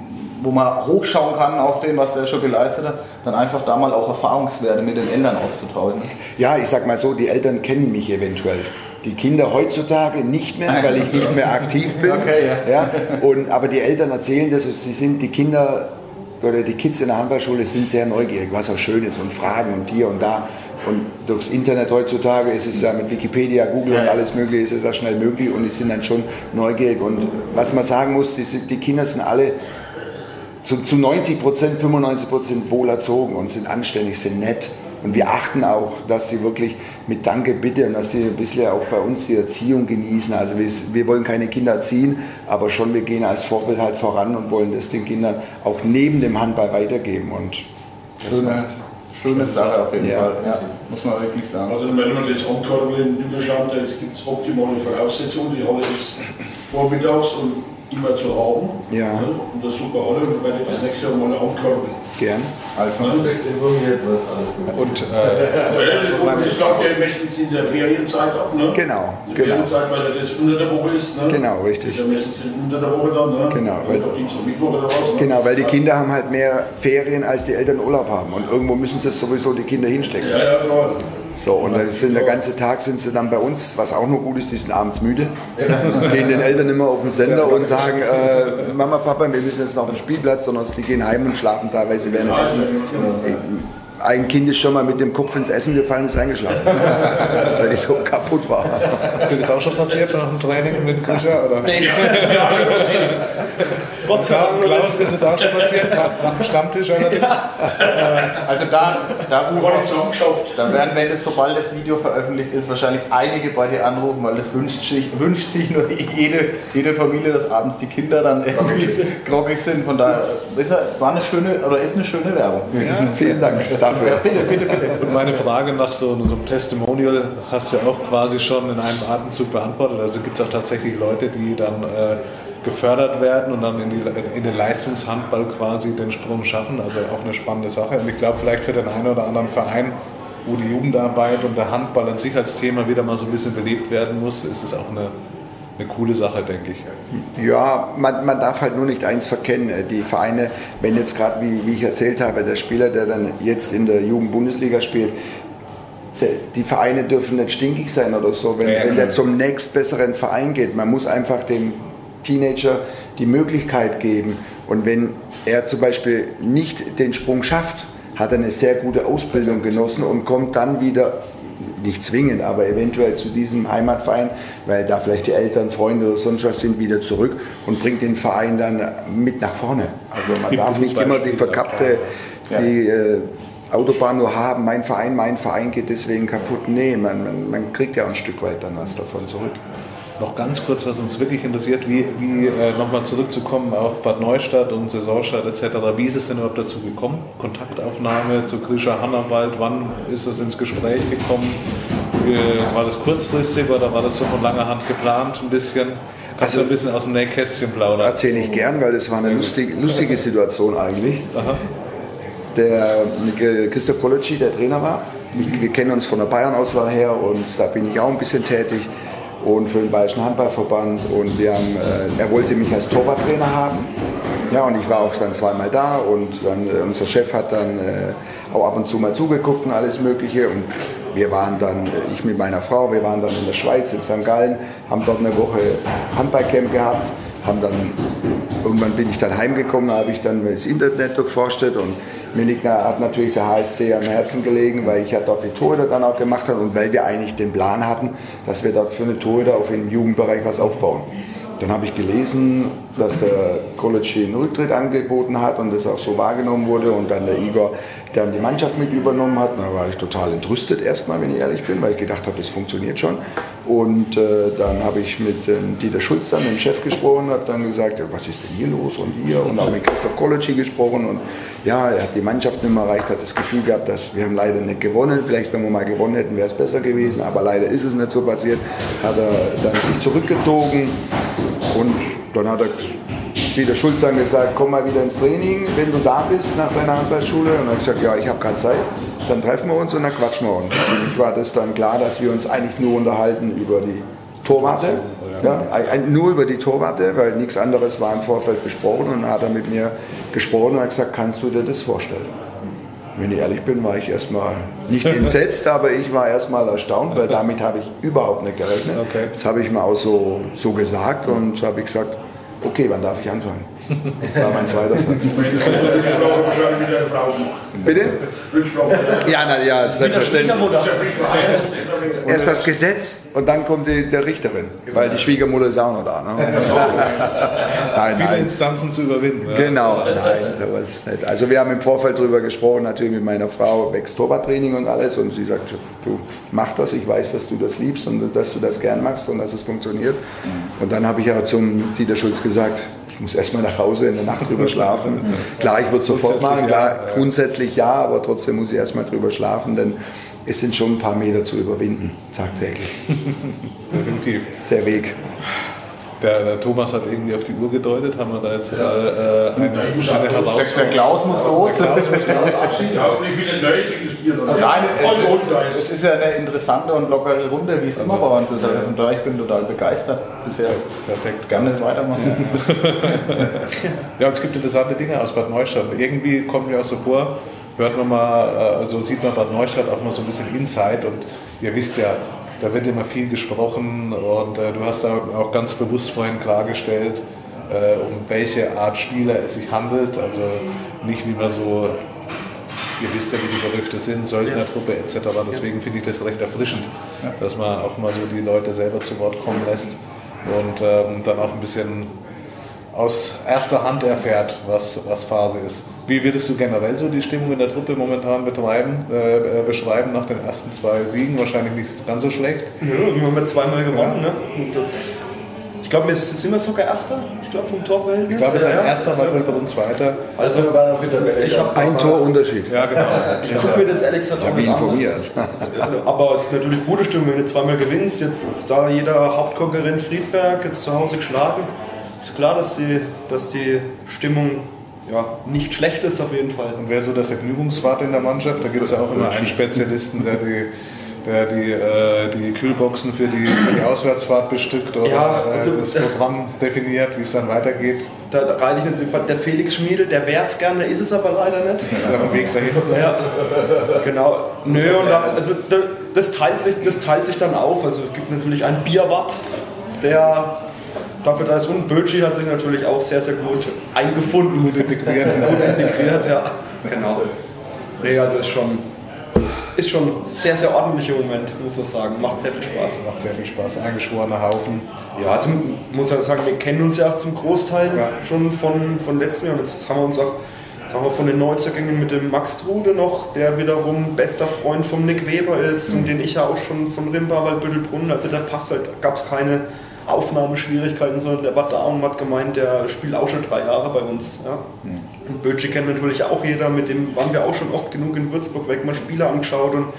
wo man hochschauen kann auf den, was der schon geleistet hat, dann einfach da mal auch Erfahrungswerte mit den Eltern auszutauschen. Ja, ich sag mal so, die Eltern kennen mich eventuell. Die Kinder heutzutage nicht mehr, weil ich nicht mehr aktiv bin. Okay, ja. Aber die Eltern erzählen das, die Kinder oder die Kids in der Handballschule sind sehr neugierig, was auch schön ist und fragen und hier und da. Und durchs Internet heutzutage ist es ja mit Wikipedia, Google und alles mögliche, ist es ja schnell möglich und die sind dann schon neugierig. Und was man sagen muss, die Kinder sind alle zu 90%, 95% wohlerzogen und sind anständig, sind nett. Und wir achten auch, dass sie wirklich mit Danke, Bitte und dass sie ein bisschen auch bei uns die Erziehung genießen. Also wir wollen keine Kinder erziehen, aber schon wir gehen als Vorbild halt voran und wollen das den Kindern auch neben dem Handball weitergeben. Und das Schöne Sache auf jeden Fall, ja, muss man wirklich sagen. Also wenn man das anguckt in Deutschland, es gibt optimale Voraussetzungen, die Halle ist vormittags und immer zu haben. Ja. Und das super Halle, und werde ich das nächste Mal angucken. Gern. Also du bist informiert, was alles gut. Und das läuft ja meistens in der Ferienzeit ab, ne? Genau, in der Ferienzeit, weil das unter der Woche ist, ne? Genau, richtig. Das ist ja meistens unter der Woche dann, ne? Genau, weil, Mittwoch oder was, ne? genau, weil die Kinder haben halt mehr Ferien, als die Eltern Urlaub haben. Und irgendwo müssen sie sowieso die Kinder hinstecken. Ja, ja, klar. So, und dann sind der ganze Tag sind sie dann bei uns, was auch noch gut ist, die sind abends müde, gehen den Eltern immer auf den Sender und sagen, Mama, Papa, wir müssen jetzt noch auf den Spielplatz, sondern die gehen heim und schlafen teilweise während dem Essen. Ein Kind ist schon mal mit dem Kopf ins Essen gefallen, ist eingeschlafen, weil ich so kaputt war. Ist dir das auch schon passiert nach dem Training mit Krischer? Nee. Gott sei Dank, Klaus, ist es auch schon passiert, nach dem Stammtisch oder ja. Also da werden, sobald das Video veröffentlicht ist, wahrscheinlich einige bei dir anrufen, weil das wünscht sich nur jede Familie, dass abends die Kinder dann irgendwie groggig sind. Von daher ist eine schöne Werbung. Ja, vielen Dank dafür. Ja, bitte. Und meine Frage nach so einem Testimonial hast du ja auch quasi schon in einem Atemzug beantwortet. Also gibt es auch tatsächlich Leute, die dann gefördert werden und dann in den Leistungshandball quasi den Sprung schaffen. Also auch eine spannende Sache. Und ich glaube, vielleicht für den einen oder anderen Verein, wo die Jugendarbeit und der Handball an sich als Thema wieder mal so ein bisschen belebt werden muss, ist es auch eine coole Sache, denke ich. Ja, man darf halt nur nicht eins verkennen. Die Vereine, wenn jetzt gerade, wie ich erzählt habe, der Spieler, der dann jetzt in der Jugendbundesliga spielt, die Vereine dürfen nicht stinkig sein oder so, wenn der zum nächstbesseren Verein geht. Man muss einfach dem Teenager die Möglichkeit geben. Und wenn er zum Beispiel nicht den Sprung schafft, hat er eine sehr gute Ausbildung genossen und kommt dann wieder, nicht zwingend, aber eventuell zu diesem Heimatverein, weil da vielleicht die Eltern, Freunde oder sonst was sind, wieder zurück und bringt den Verein dann mit nach vorne. Also man darf nicht immer die verkappte Autobahn nur haben, mein Verein geht deswegen kaputt. Nee, man kriegt ja ein Stück weit dann was davon zurück. Noch ganz kurz, was uns wirklich interessiert, wie nochmal zurückzukommen auf Bad Neustadt und Saisonstart etc. Wie ist es denn überhaupt dazu gekommen? Kontaktaufnahme zu Grisha Hannawald, wann ist das ins Gespräch gekommen? War das kurzfristig oder war das so von langer Hand geplant ein bisschen? Kannst du ein bisschen aus dem Nähkästchen plaudern? Erzähle ich gern, weil das war eine lustige Situation eigentlich. Aha. Der Christoph Koloci, der Trainer war, wir kennen uns von der Bayern-Auswahl her und da bin ich auch ein bisschen tätig. Und für den Bayerischen Handballverband und er wollte mich als Torwarttrainer haben. Ja, und ich war auch dann zweimal da und dann, unser Chef hat dann auch ab und zu mal zugeguckt und alles Mögliche und wir waren dann, ich mit meiner Frau, wir waren dann in der Schweiz, in St. Gallen, haben dort eine Woche Handballcamp gehabt, irgendwann bin ich dann heimgekommen, da habe ich dann das Internet durchforstet und mir hat natürlich der HSC am Herzen gelegen, weil ich ja dort die Torhüter dann auch gemacht habe und weil wir eigentlich den Plan hatten, dass wir dort für eine Torhüter auf dem Jugendbereich was aufbauen. Dann habe ich gelesen, dass der Koloci einen Rücktritt angeboten hat und das auch so wahrgenommen wurde und dann der Igor dann die Mannschaft mit übernommen hat. Da war ich total entrüstet erstmal, wenn ich ehrlich bin, weil ich gedacht habe, das funktioniert schon. Und dann habe ich mit Dieter Schulz, dann dem Chef, gesprochen, hat dann gesagt, ja, was ist denn hier los und hier und auch mit Christoph Koloci gesprochen und ja, er hat die Mannschaft nicht mehr erreicht, hat das Gefühl gehabt, dass wir haben leider nicht gewonnen. Vielleicht, wenn wir mal gewonnen hätten, wäre es besser gewesen, aber leider ist es nicht so passiert. Hat er dann sich zurückgezogen und dann hat Dieter Schulz dann gesagt, komm mal wieder ins Training, wenn du da bist nach deiner Handballschule. Und dann habe ich gesagt, ja, ich habe keine Zeit. Dann treffen wir uns und dann quatschen wir uns. Für mich war das dann klar, dass wir uns eigentlich nur unterhalten über die Torwarte. Ja, nur über die Torwarte, weil nichts anderes war im Vorfeld besprochen und dann hat er mit mir gesprochen und hat gesagt, kannst du dir das vorstellen? Wenn ich ehrlich bin, war ich erstmal nicht entsetzt, aber ich war erstmal erstaunt, weil damit habe ich überhaupt nicht gerechnet. Okay. Das habe ich mir auch so gesagt und habe ich gesagt, okay, wann darf ich anfangen? War mein zweiter Satz. Bitte? Ja, selbstverständlich. Erst das Gesetz und dann kommt der Richterin, weil die Schwiegermutter ist auch noch da. Ne? Viele Instanzen zu überwinden. Ja. Genau, nein, so ist es nicht. Also wir haben im Vorfeld darüber gesprochen, natürlich mit meiner Frau, wächst Torwarttraining und alles und sie sagt, du mach das, ich weiß, dass du das liebst und dass du das gern machst und dass es funktioniert. Und dann habe ich auch zum Dieter Schulz gesagt, ich muss erstmal nach Hause in der Nacht drüber schlafen. Klar, ich würde es sofort machen, klar, grundsätzlich ja, aber trotzdem muss ich erstmal drüber schlafen, denn es sind schon ein paar Meter zu überwinden, tagtäglich. Definitiv. Der Weg. Der Thomas hat irgendwie auf die Uhr gedeutet, haben wir da jetzt eine Herausforderung. Der Klaus muss los. Ja, und ich will ein neues Spiel. Es ist ja eine interessante und lockere Runde, wie es immer bei uns ist. Also von daher, ich bin total begeistert bisher. Perfekt. Gerne weitermachen. Ja, und es gibt interessante Dinge aus Bad Neustadt. Irgendwie kommt mir auch so vor, hört man mal, also sieht man Bad Neustadt auch mal so ein bisschen Inside und ihr wisst ja, da wird immer viel gesprochen und du hast auch ganz bewusst vorhin klargestellt, um welche Art Spieler es sich handelt. Also nicht wie man so, ihr wisst ja, wie die Gerüchte sind, Söldnertruppe etc. Deswegen finde ich das recht erfrischend, dass man auch mal so die Leute selber zu Wort kommen lässt und dann auch ein bisschen aus erster Hand erfährt, was Phase ist. Wie würdest du generell so die Stimmung in der Truppe momentan beschreiben nach den ersten 2 Siegen? Wahrscheinlich nicht ganz so schlecht. Ja, wir haben 2-mal gewonnen. Ja. Ne? Ich glaube, sind wir sogar Erster? Ich glaube, vom Torverhältnis. Ich glaube, es ist ein Erster, weil wir bei uns Zweiter. Also sogar noch wieder Ich habe ein Torunterschied. Ja, genau. Ich gucke mir das ehrlich gesagt auch nicht an. Aber es ist natürlich gute Stimmung, wenn du 2-mal gewinnst. Jetzt ist da jeder Hauptkonkurrent Friedberg jetzt zu Hause geschlagen. Ist klar, dass die Stimmung nicht schlecht ist auf jeden Fall. Und wer so der Vergnügungswart in der Mannschaft? Da gibt es ja auch immer einen Spezialisten, der die Kühlboxen für die Auswärtsfahrt bestückt oder das Programm definiert, wie es dann weitergeht. Da reite ich jetzt der Felix Schmiedel, der wäre es gerne, ist es aber leider nicht. Auf dem Weg dahin. Ja, genau. Nö, und dann, also das teilt sich dann auf. Also es gibt natürlich einen Bierwart, der dafür da ist, und Bötschi hat sich natürlich auch sehr, sehr gut eingefunden. Gut integriert, ja. Genau. Nee, also ist schon sehr, sehr ordentlich im Moment, muss man sagen. Macht sehr viel Spaß. Macht sehr viel Spaß. Eingeschworener Haufen. Ja, also muss man sagen, wir kennen uns ja auch zum Großteil schon von letztem Jahr. Und jetzt haben wir uns auch von den Neuzugängen mit dem Max Trude noch, der wiederum bester Freund von Nick Weber ist und den ich ja auch schon von Rimbarwald-Büttelbrunn. Also da gab es keine Aufnahmeschwierigkeiten, sondern der war da und hat gemeint, der spielt auch schon 3 Jahre bei uns. Ja. Und Bötschi kennt natürlich auch jeder, mit dem waren wir auch schon oft genug in Würzburg weg, mal Spieler angeschaut und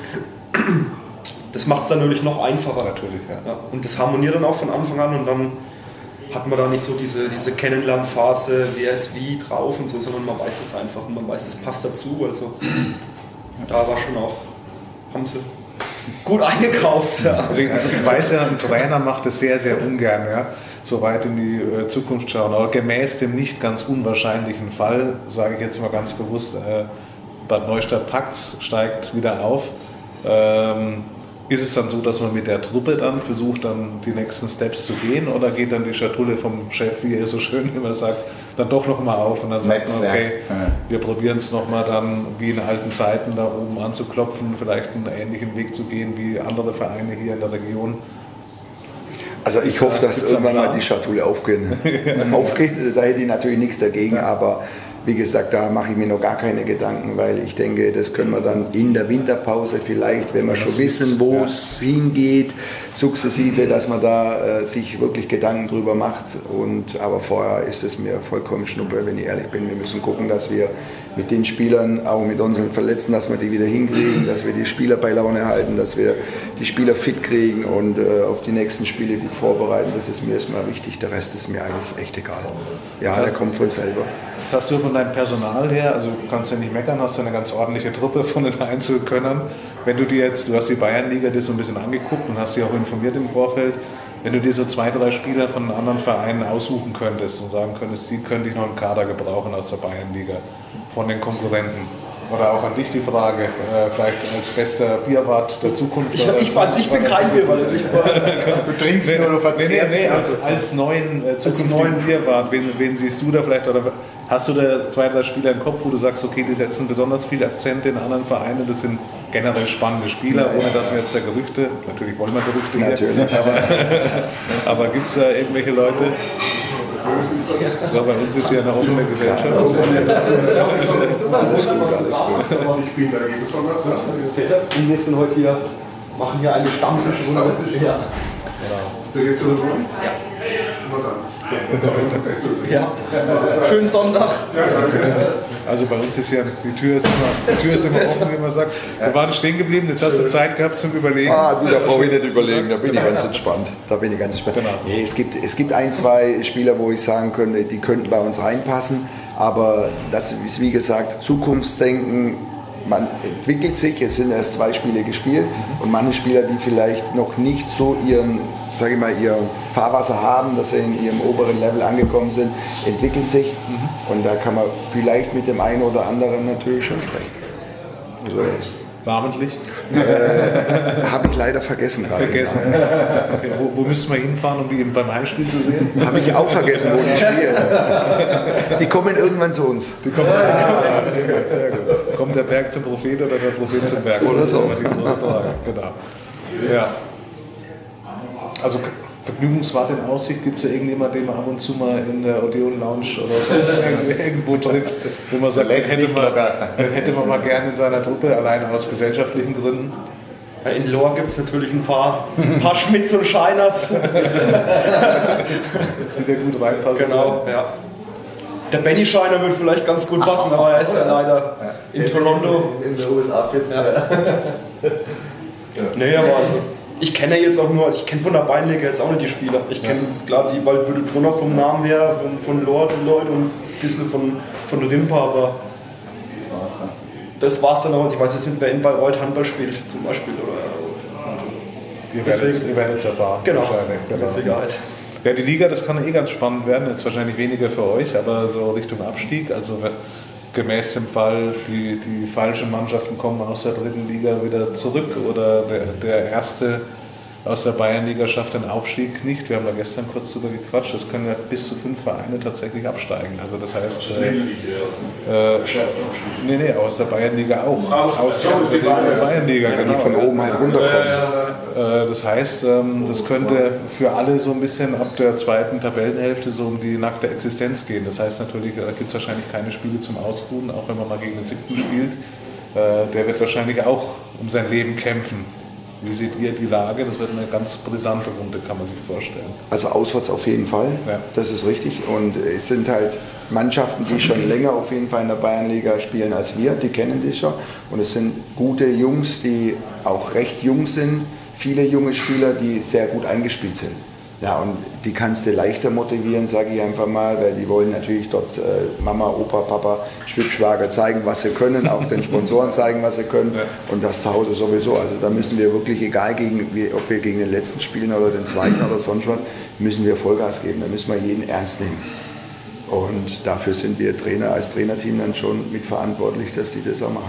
das macht es dann natürlich noch einfacher. Natürlich, ja. Und das harmoniert dann auch von Anfang an und dann hat man da nicht so diese Kennenlernphase, wer ist wie drauf und so, sondern man weiß es einfach und man weiß, das passt dazu. Also da war schon auch, haben sie gut eingekauft. Ja. Also ich weiß ja, ein Trainer macht es sehr, sehr ungern, so weit in die Zukunft schauen. Aber gemäß dem nicht ganz unwahrscheinlichen Fall, sage ich jetzt mal ganz bewusst, Bad Neustadt packt's, steigt wieder auf. Ist es dann so, dass man mit der Truppe dann versucht, dann die nächsten Steps zu gehen, oder geht dann die Schatulle vom Chef, wie er so schön immer sagt, dann doch nochmal auf und dann sagt man, okay, wir probieren es nochmal dann wie in alten Zeiten da oben anzuklopfen, vielleicht einen ähnlichen Weg zu gehen wie andere Vereine hier in der Region? Also ich hoffe, dass irgendwann mal die Schatulle aufgeht. Da hätte ich natürlich nichts dagegen, aber wie gesagt, da mache ich mir noch gar keine Gedanken, weil ich denke, das können wir dann in der Winterpause vielleicht, wenn wir schon wissen, wo es hingeht, sukzessive, dass man da sich wirklich Gedanken drüber macht. Aber vorher ist es mir vollkommen schnuppe, wenn ich ehrlich bin. Wir müssen gucken, dass wir mit den Spielern, auch mit unseren Verletzten, dass wir die wieder hinkriegen, dass wir die Spieler bei Laune halten, dass wir die Spieler fit kriegen und auf die nächsten Spiele die vorbereiten. Das ist mir erstmal wichtig, der Rest ist mir eigentlich echt egal. Ja, der kommt von selber. Jetzt hast du von deinem Personal her, also du kannst ja nicht meckern, hast ja eine ganz ordentliche Truppe von den Einzelkönnern. Wenn du hast die Bayernliga dir so ein bisschen angeguckt und hast sie auch informiert im Vorfeld, wenn du dir so 2, 3 Spieler von anderen Vereinen aussuchen könntest und sagen könntest, die könnte ich noch im Kader gebrauchen aus der Bayernliga, von den Konkurrenten. Oder auch an dich die Frage, vielleicht als bester Bierwart der Zukunft. Ich bin kein Bierwart. Du trinkst nur oder verzehrst. Als neuen zukünftigen Bierwart, wen siehst du da vielleicht? Oder hast du da 2, 3 Spieler im Kopf, wo du sagst, okay, die setzen besonders viel Akzente in anderen Vereinen, das sind generell spannende Spieler, ohne dass wir jetzt da Gerüchte, natürlich wollen wir Gerüchte hier, aber gibt es da irgendwelche Leute? So, bei uns ist ja eine offene Gesellschaft. Und wir sind heute hier, machen hier eine Stammtischrunde. Ja. Ja. Schönen Sonntag. Also bei uns ist ja, die Tür ist immer offen, wie man sagt. Wir waren stehen geblieben, jetzt hast du Zeit gehabt zum Überlegen. Du, da brauche ich nicht überlegen, da bin ich ganz entspannt. Genau. Nee, es gibt 1, 2 Spieler, wo ich sagen könnte, die könnten bei uns reinpassen, aber das ist wie gesagt Zukunftsdenken. Man entwickelt sich, es sind erst 2 Spiele gespielt und manche Spieler, die vielleicht noch nicht so ihr Fahrwasser haben, dass sie in ihrem oberen Level angekommen sind, entwickeln sich und da kann man vielleicht mit dem einen oder anderen natürlich schon sprechen. Also, namentlich? Habe ich leider vergessen gerade. Okay, wo müssen wir hinfahren, um die beim Heimspiel zu sehen? Habe ich auch vergessen, wo die spielen. Die kommen irgendwann zu uns. Sehr gut. Kommt der Berg zum Prophet oder der Prophet zum Berg? Oder so. Das ist immer die große Frage. Genau. Ja. Also Vergnügungsfahrt in Aussicht, gibt es ja irgendjemand, den man ab und zu mal in der Odeon Lounge oder sonst irgendwo trifft, wo man sagt, den hätte man mal gerne in seiner Truppe, allein aus gesellschaftlichen Gründen? Ja, in Lohr gibt es natürlich ein paar Schmitz und Scheiners. Die da gut reinpassen. Genau, ja. Der Benny Scheiner wird vielleicht ganz gut passen, aber er ist ja leider in Toronto. In den USA fit. Nee, aber also, ich kenne jetzt auch nur, ich kenne von der Bayernliga jetzt auch nicht die Spieler. Ich kenne klar die Waldbüttel-Brunner vom Namen her, von Lord und Leute und ein bisschen von Rimpa, aber das war's dann auch. Ich weiß jetzt nicht, wer in Bayreuth Handball spielt zum Beispiel. Ihr werdet es erfahren. Genau, mit Sicherheit. Ja, die Liga, das kann ganz spannend werden, jetzt wahrscheinlich weniger für euch, aber so Richtung Abstieg, also gemäß dem Fall, die falschen Mannschaften kommen aus der 3. Liga wieder zurück oder der erste aus der Bayernliga schafft den Aufstieg nicht. Wir haben da gestern kurz drüber gequatscht, es können ja bis zu 5 Vereine tatsächlich absteigen. Also das heißt, aus der Bayernliga auch. Aus der Bayernliga, genau. Die von oben halt runterkommen. Das heißt, das könnte für alle so ein bisschen ab der 2. Tabellenhälfte so um die nackte Existenz gehen. Das heißt natürlich, da gibt es wahrscheinlich keine Spiele zum Ausruhen, auch wenn man mal gegen den 7. spielt. Der wird wahrscheinlich auch um sein Leben kämpfen. Wie seht ihr die Lage? Das wird eine ganz brisante Runde, kann man sich vorstellen. Also auswärts auf jeden Fall, das ist richtig. Und es sind halt Mannschaften, die schon länger auf jeden Fall in der Bayernliga spielen als wir, die kennen die schon. Und es sind gute Jungs, die auch recht jung sind, viele junge Spieler, die sehr gut eingespielt sind. Ja, und die kannst du leichter motivieren, sage ich einfach mal, weil die wollen natürlich dort Mama, Opa, Papa, Schwibschwager zeigen, was sie können, auch den Sponsoren zeigen, was sie können und das zu Hause sowieso. Also da müssen wir wirklich, egal ob wir gegen den letzten spielen oder den zweiten oder sonst was, müssen wir Vollgas geben, da müssen wir jeden ernst nehmen. Und dafür sind wir Trainer als Trainerteam dann schon mitverantwortlich, dass die das auch machen.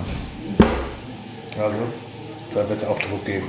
Also, da wird es auch Druck geben.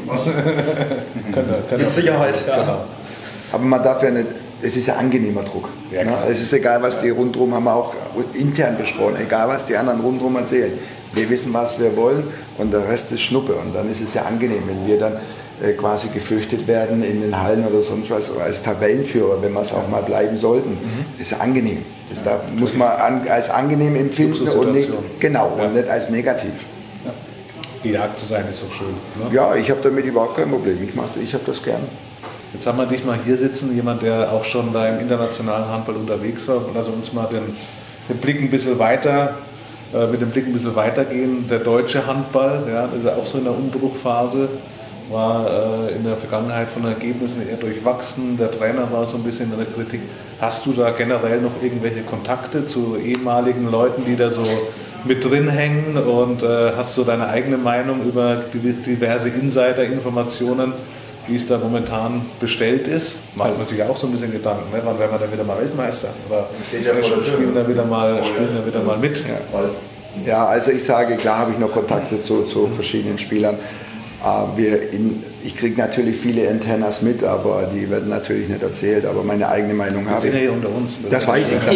Mit Sicherheit, ja. Genau. Aber man darf ja nicht, es ist ja angenehmer Druck. Ja, ne? Es ist egal, was die rundherum, haben wir auch intern besprochen, egal was die anderen rundherum erzählen. Wir wissen, was wir wollen und der Rest ist Schnuppe. Und dann ist es ja angenehm, wenn wir dann quasi gefürchtet werden in den Hallen oder sonst was als Tabellenführer, wenn wir es auch mal bleiben sollten. Das ist ja angenehm. Das muss man als angenehm empfinden und nicht, und nicht als negativ. Gejagt zu sein ist so schön. Ne? Ja, ich habe damit überhaupt kein Problem. Ich habe das gern. Jetzt haben wir dich mal hier sitzen, jemand, der auch schon da im internationalen Handball unterwegs war. Lass uns mal den Blick ein bisschen weiter, mit dem Blick ein bisschen weitergehen. Der deutsche Handball, ja, ist ja auch so in der Umbruchphase, war in der Vergangenheit von Ergebnissen eher durchwachsen. Der Trainer war so ein bisschen in der Kritik. Hast du da generell noch irgendwelche Kontakte zu ehemaligen Leuten, die da so mit drin hängen und hast du deine eigene Meinung über diverse Insider-Informationen, wie es da momentan bestellt ist. Macht man sich auch so ein bisschen Gedanken, ne? Wann werden wir dann wieder mal Weltmeister? Oder spielen da wieder mal mit? Ja, also ich sage, klar habe ich noch Kontakte zu verschiedenen Spielern. Ich kriege natürlich viele Internas mit, aber die werden natürlich nicht erzählt. Aber meine eigene Meinung habe ich. Wir sind ja unter uns. Das weiß ich.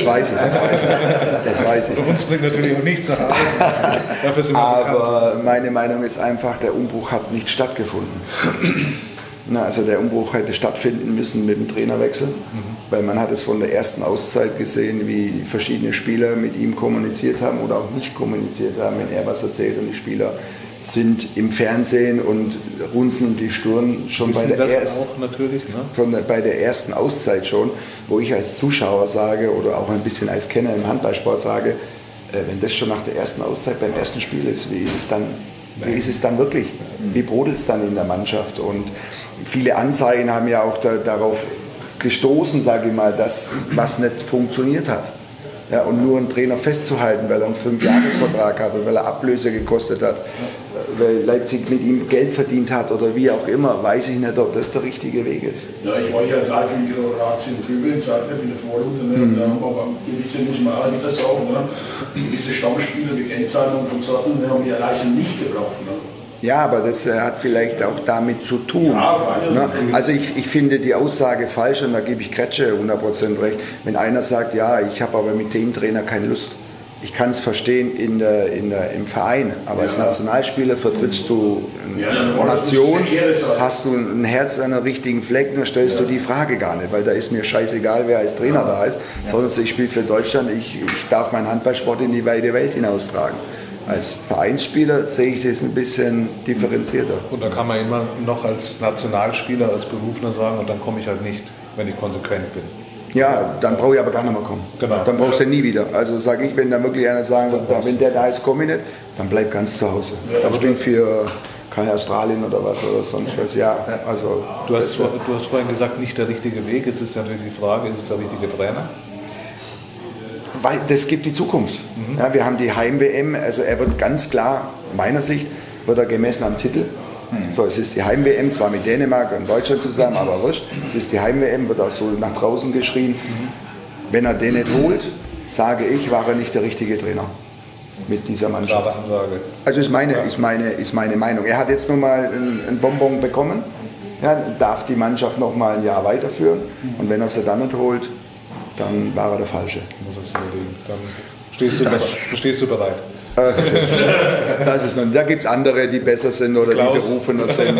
Unter uns bringt natürlich auch nichts nach Hause. Dafür sind wir aber bekannt. meine Meinung ist einfach, der Umbruch hat nicht stattgefunden. Also der Umbruch hätte stattfinden müssen mit dem Trainerwechsel, weil man hat es von der ersten Auszeit gesehen, wie verschiedene Spieler mit ihm kommuniziert haben oder auch nicht kommuniziert haben, wenn er was erzählt, und die Spieler sind im Fernsehen und runzeln die Stirn schon bei der ersten Auszeit schon, wo ich als Zuschauer sage oder auch ein bisschen als Kenner im Handballsport sage, wenn das schon nach der ersten Auszeit beim ersten Spiel ist, wie ist es dann wirklich? Wie brodelt es dann in der Mannschaft? Und viele Anzeigen haben ja auch darauf gestoßen, sage ich mal, dass was nicht funktioniert hat. Ja, und nur einen Trainer festzuhalten, weil er einen 5-Jahres-Vertrag hat oder weil er Ablöse gekostet hat, weil Leipzig mit ihm Geld verdient hat oder wie auch immer, weiß ich nicht, ob das der richtige Weg ist. Ja, ich war ja live in Kroatien drüben in Zagreb in der Vorrunde, ne? Aber gewisse, muss man auch wieder sagen, ne? Gewisse Stammspieler wie Kennzahlen und Konsorten haben ja Leistung nicht gebraucht. Ne? Ja, aber das hat vielleicht auch damit zu tun. Ja, also ich finde die Aussage falsch, und da gebe ich Kretsche 100% recht. Wenn einer sagt, ja, ich habe aber mit dem Trainer keine Lust. Ich kann es verstehen im Verein, aber als Nationalspieler vertrittst du eine Nation, hast du ein Herz an einem richtigen Fleck, dann stellst du die Frage gar nicht, weil da ist mir scheißegal, wer als Trainer da ist, sondern ich spiele für Deutschland, ich darf meinen Handballsport in die weite Welt hinaustragen. Als Vereinsspieler sehe ich das ein bisschen differenzierter. Und da kann man immer noch als Nationalspieler, als Berufener sagen, und dann komme ich halt nicht, wenn ich konsequent bin. Ja, dann brauche ich aber gar nicht mehr kommen. Genau. Dann brauchst du nie wieder. Also sage ich, wenn da wirklich einer sagen wird, wenn der da ist, komme ich nicht, dann bleib ganz zu Hause. Dann spiel für keine Australien oder was oder sonst was. Ja, also du hast vorhin gesagt, nicht der richtige Weg. Jetzt ist natürlich die Frage, ist es der richtige Trainer? Weil das gibt die Zukunft. Ja, wir haben die Heim-WM, also er wird ganz klar, meiner Sicht, wird er gemessen am Titel. So, es ist die Heim-WM, zwar mit Dänemark und Deutschland zusammen, aber wurscht. Es ist die Heim-WM, wird auch so nach draußen geschrien. Wenn er den nicht holt, sage ich, war er nicht der richtige Trainer mit dieser Mannschaft. Klare Ansage. Also ist meine Meinung. Er hat jetzt nun mal ein Bonbon bekommen, ja, darf die Mannschaft noch mal ein Jahr weiterführen, und wenn er sie dann nicht holt, dann war er der Falsche. Muss es überlegen. Dann stehst du bereit. Das ist noch, da gibt es andere, die besser sind oder Klaus, die berufener sind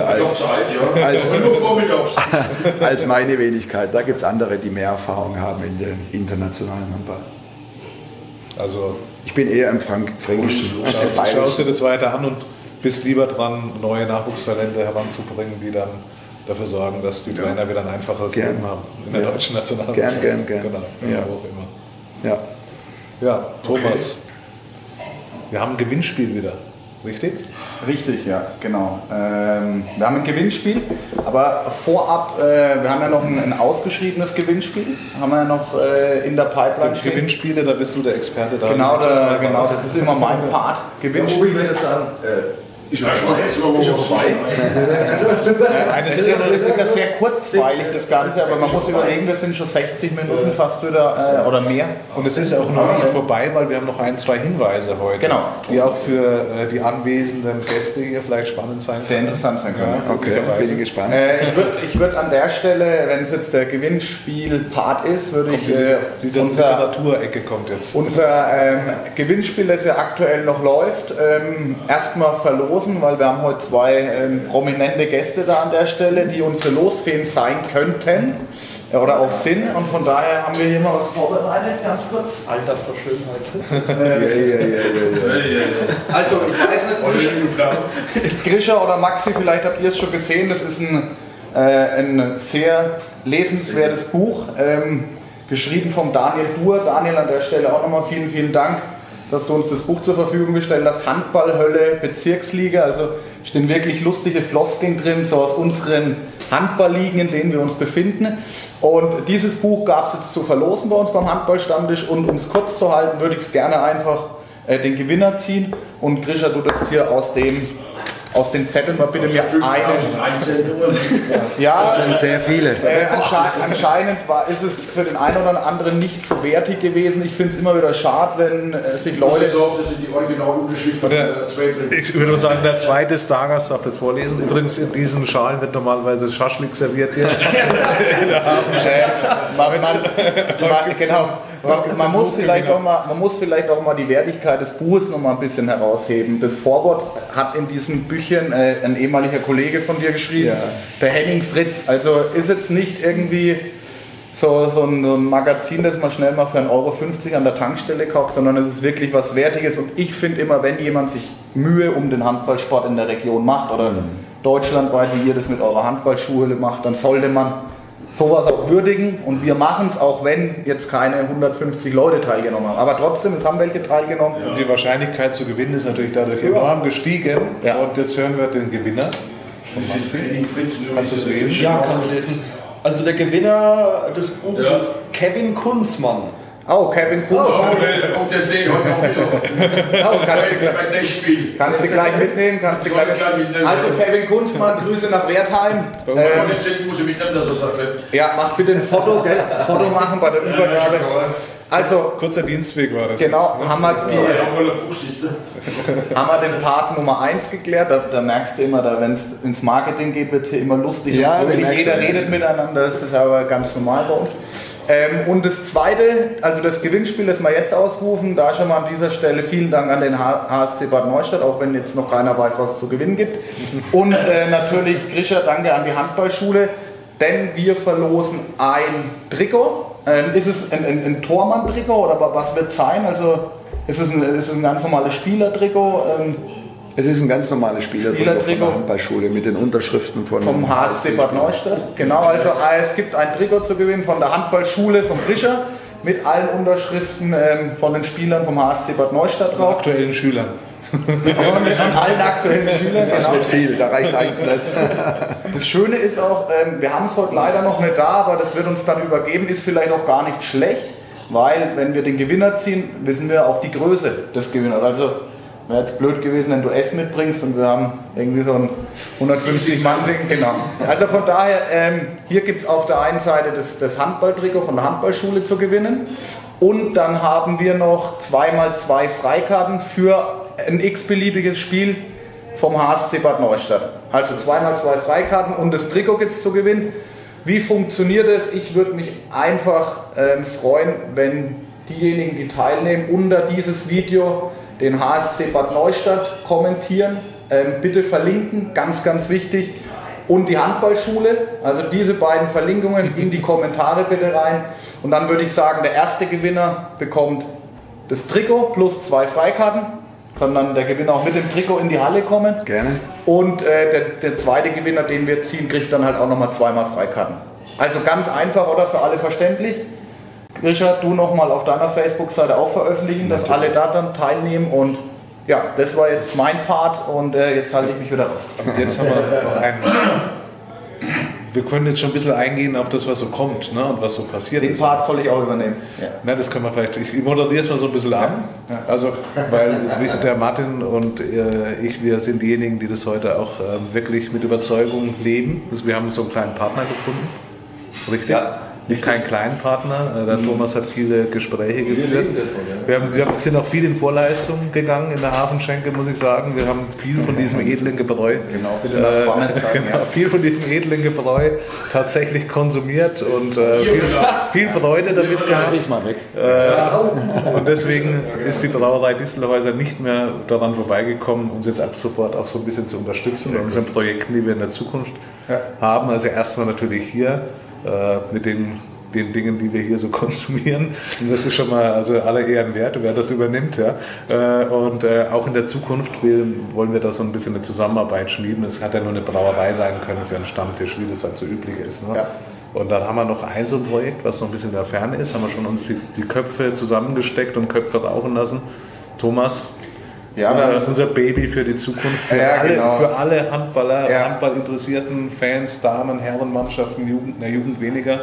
als meine Wenigkeit. Da gibt es andere, die mehr Erfahrung haben in der internationalen Handball. Also ich bin eher im Fränkischen. Schaust du das weiter an und bist lieber dran, neue Nachwuchstalente heranzubringen, die dann dafür sorgen, dass die Trainer wieder ein einfaches Leben haben in der deutschen Nationalmannschaft. Gern. Genau, ja. Wo auch immer. Ja, Thomas. Wir haben ein Gewinnspiel wieder, richtig? Richtig, ja, genau. Wir haben ein Gewinnspiel, aber vorab, wir haben ja noch ein ausgeschriebenes Gewinnspiel, haben wir ja noch in der Pipeline stehen. Gewinnspiele, da bist du der Experte da. Genau, das ist immer mein Part. Gewinnspiel. Ich würde jetzt sagen, ist ja vorbei. Das ist ja sehr kurzweilig, das Ganze, aber man muss überlegen, wir sind schon 60 Minuten fast wieder oder mehr. Und es ist auch noch nicht vorbei, weil wir haben noch 1, 2 Hinweise heute, genau, die auch für die anwesenden Gäste hier vielleicht spannend sein können. Sehr interessant sein können. Ja, okay, bin ich gespannt. Ich würde an der Stelle, wenn es jetzt der Gewinnspiel-Part ist, würde ich die Literaturecke kommt jetzt. Unser Gewinnspiel, das ja aktuell noch läuft, erstmal verlosen, weil wir haben heute 2 prominente Gäste da an der Stelle, die unsere Losfeen sein könnten oder auch sind, und von daher haben wir hier mal was vorbereitet, ganz kurz. Alter vor Schönheit. Also ich weiß nicht, Grisha oder Maxi, vielleicht habt ihr es schon gesehen, das ist ein sehr lesenswertes Buch, geschrieben vom Daniel Duhr. Daniel, an der Stelle auch nochmal vielen, vielen Dank, dass du uns das Buch zur Verfügung gestellt hast. Handballhölle, Bezirksliga, also stehen wirklich lustige Floskeln drin, so aus unseren Handballligen, in denen wir uns befinden. Und dieses Buch gab es jetzt zu verlosen bei uns beim Handballstammtisch, und um es kurz zu halten, würde ich es gerne einfach den Gewinner ziehen, und Grisha, du das hier aus dem aus den Zetteln mal bitte mir einen. Einsendungen. Ja, Das sind sehr viele. Anscheinend ist es für den einen oder anderen nicht so wertig gewesen. Ich finde es immer wieder schade, wenn sich Leute... Das sind die Originalunterschriften der zweiten. Ich würde sagen, der zweite Stargast darf das vorlesen. Übrigens, in diesen Schalen wird normalerweise Schaschlik serviert hier. Man muss vielleicht auch mal die Wertigkeit des Buches noch mal ein bisschen herausheben. Das Vorwort hat in diesem Büchchen ein ehemaliger Kollege von dir geschrieben, der Henning Fritz. Also ist jetzt nicht irgendwie so ein Magazin, das man schnell mal für 1,50 € an der Tankstelle kauft, sondern es ist wirklich was Wertiges. Und ich finde immer, wenn jemand sich Mühe um den Handballsport in der Region macht oder deutschlandweit, wie ihr das mit eurer Handballschule macht, dann sollte man sowas auch würdigen, und wir machen es, auch wenn jetzt keine 150 Leute teilgenommen haben. Aber trotzdem, es haben welche teilgenommen. Und die Wahrscheinlichkeit zu gewinnen ist natürlich dadurch enorm gestiegen. Ja. Und jetzt hören wir den Gewinner. Kannst du es lesen? Ja, kannst du lesen. Also der Gewinner des Buches ist Kevin Kunzmann. Oh, Kevin Kunzmann. Oh, der sehe ich heute noch wieder. Oh, Bei dem Spiel. kannst du gleich mitnehmen. Also Kevin Kunzmann, Grüße nach Wertheim. Muss ich mitnehmen, dass er sagt. Ja, mach bitte ein Foto, gell? Foto machen bei der Übergabe. Also, kurzer Dienstweg war das. genau, haben wir den Part Nummer 1 geklärt. Da merkst du immer, wenn es ins Marketing geht, wird es hier immer lustig. Ja, jeder redet miteinander, das ist aber ganz normal bei uns. Und das zweite, also das Gewinnspiel, das wir jetzt ausrufen, da schon mal an dieser Stelle vielen Dank an den HSC Bad Neustadt, auch wenn jetzt noch keiner weiß, was es zu gewinnen gibt. Und natürlich, Grisha, danke an die Handballschule, denn wir verlosen ein Trikot. Ist es ein Tormann-Trikot oder was wird es sein? Also ist es ein ganz normales Spielertrikot? Es ist ein ganz normales Spielertrikot von der Handballschule mit den Unterschriften vom HSC Bad Neustadt. Genau, also es gibt ein Trikot zu gewinnen von der Handballschule vom Grisha mit allen Unterschriften von den Spielern vom HSC Bad Neustadt drauf. Aktuellen Schülern. Von allen aktuellen Schülern. Das wird viel, da reicht eins nicht. Das Schöne ist auch, wir haben es heute leider noch nicht da, aber das wird uns dann übergeben, ist vielleicht auch gar nicht schlecht, weil wenn wir den Gewinner ziehen, wissen wir auch die Größe des Gewinners. Also wäre jetzt blöd gewesen, wenn du S mitbringst und wir haben irgendwie so ein 150-Mann-Ding. Genau. Also von daher, hier gibt es auf der einen Seite das Handballtrikot von der Handballschule zu gewinnen, und dann haben wir noch 2x2 Freikarten für ein x-beliebiges Spiel vom HSC Bad Neustadt. Also 2x2 Freikarten und das Trikot gibt es zu gewinnen. Wie funktioniert es? Ich würde mich einfach freuen, wenn diejenigen, die teilnehmen, unter dieses Video den HSC Bad Neustadt kommentieren. Bitte verlinken, ganz, ganz wichtig. Und die Handballschule, also diese beiden Verlinkungen in die Kommentare bitte rein. Und dann würde ich sagen, der erste Gewinner bekommt das Trikot plus 2 Freikarten. Kann dann der Gewinner auch mit dem Trikot in die Halle kommen. Gerne. Und der zweite Gewinner, den wir ziehen, kriegt dann halt auch nochmal 2-mal Freikarten. Also ganz einfach, oder? Für alle verständlich. Grisha, du nochmal auf deiner Facebook-Seite auch veröffentlichen, dass alle da dann teilnehmen. Und ja, das war jetzt mein Part, und jetzt halte ich mich wieder raus. Jetzt haben wir noch einen. Wir können jetzt schon ein bisschen eingehen auf das, was so kommt, ne, und was so passiert Den ist. Den Part soll ich auch übernehmen. Ja. Na, das können wir vielleicht. Ich moderiere es mal so ein bisschen an. Ja. Also, weil der Martin und ich, wir sind diejenigen, die das heute auch wirklich mit Überzeugung leben. Also wir haben so einen kleinen Partner gefunden. Richtig? Ja. Nicht keinen kleinen Partner. Der Thomas hat viele Gespräche geführt. Wir sind auch viel in Vorleistung gegangen in der Hafenschenke, muss ich sagen. Wir haben viel von diesem edlen Gebräu, viel von diesem edlen Gebräu tatsächlich konsumiert und viel Freude damit gehabt. Und deswegen ist die Brauerei Distelhäuser nicht mehr daran vorbeigekommen, uns jetzt ab sofort auch so ein bisschen zu unterstützen in unseren Projekten, die wir in der Zukunft haben. Also erstmal natürlich hier mit den Dingen, die wir hier so konsumieren. Und das ist schon mal also aller Ehren wert, wer das übernimmt. Ja. Und auch in der Zukunft wollen wir da so ein bisschen eine Zusammenarbeit schmieden. Es hat ja nur eine Brauerei sein können für einen Stammtisch, wie das halt so üblich ist. Ne? Ja. Und dann haben wir noch so ein Projekt, was noch ein bisschen in der Ferne ist. Haben wir schon uns die Köpfe zusammengesteckt und Köpfe rauchen lassen. Thomas, ja, unser Baby für die Zukunft, für alle Handballer, Handballinteressierten, Fans, Damen, Herrenmannschaften, Jugend weniger.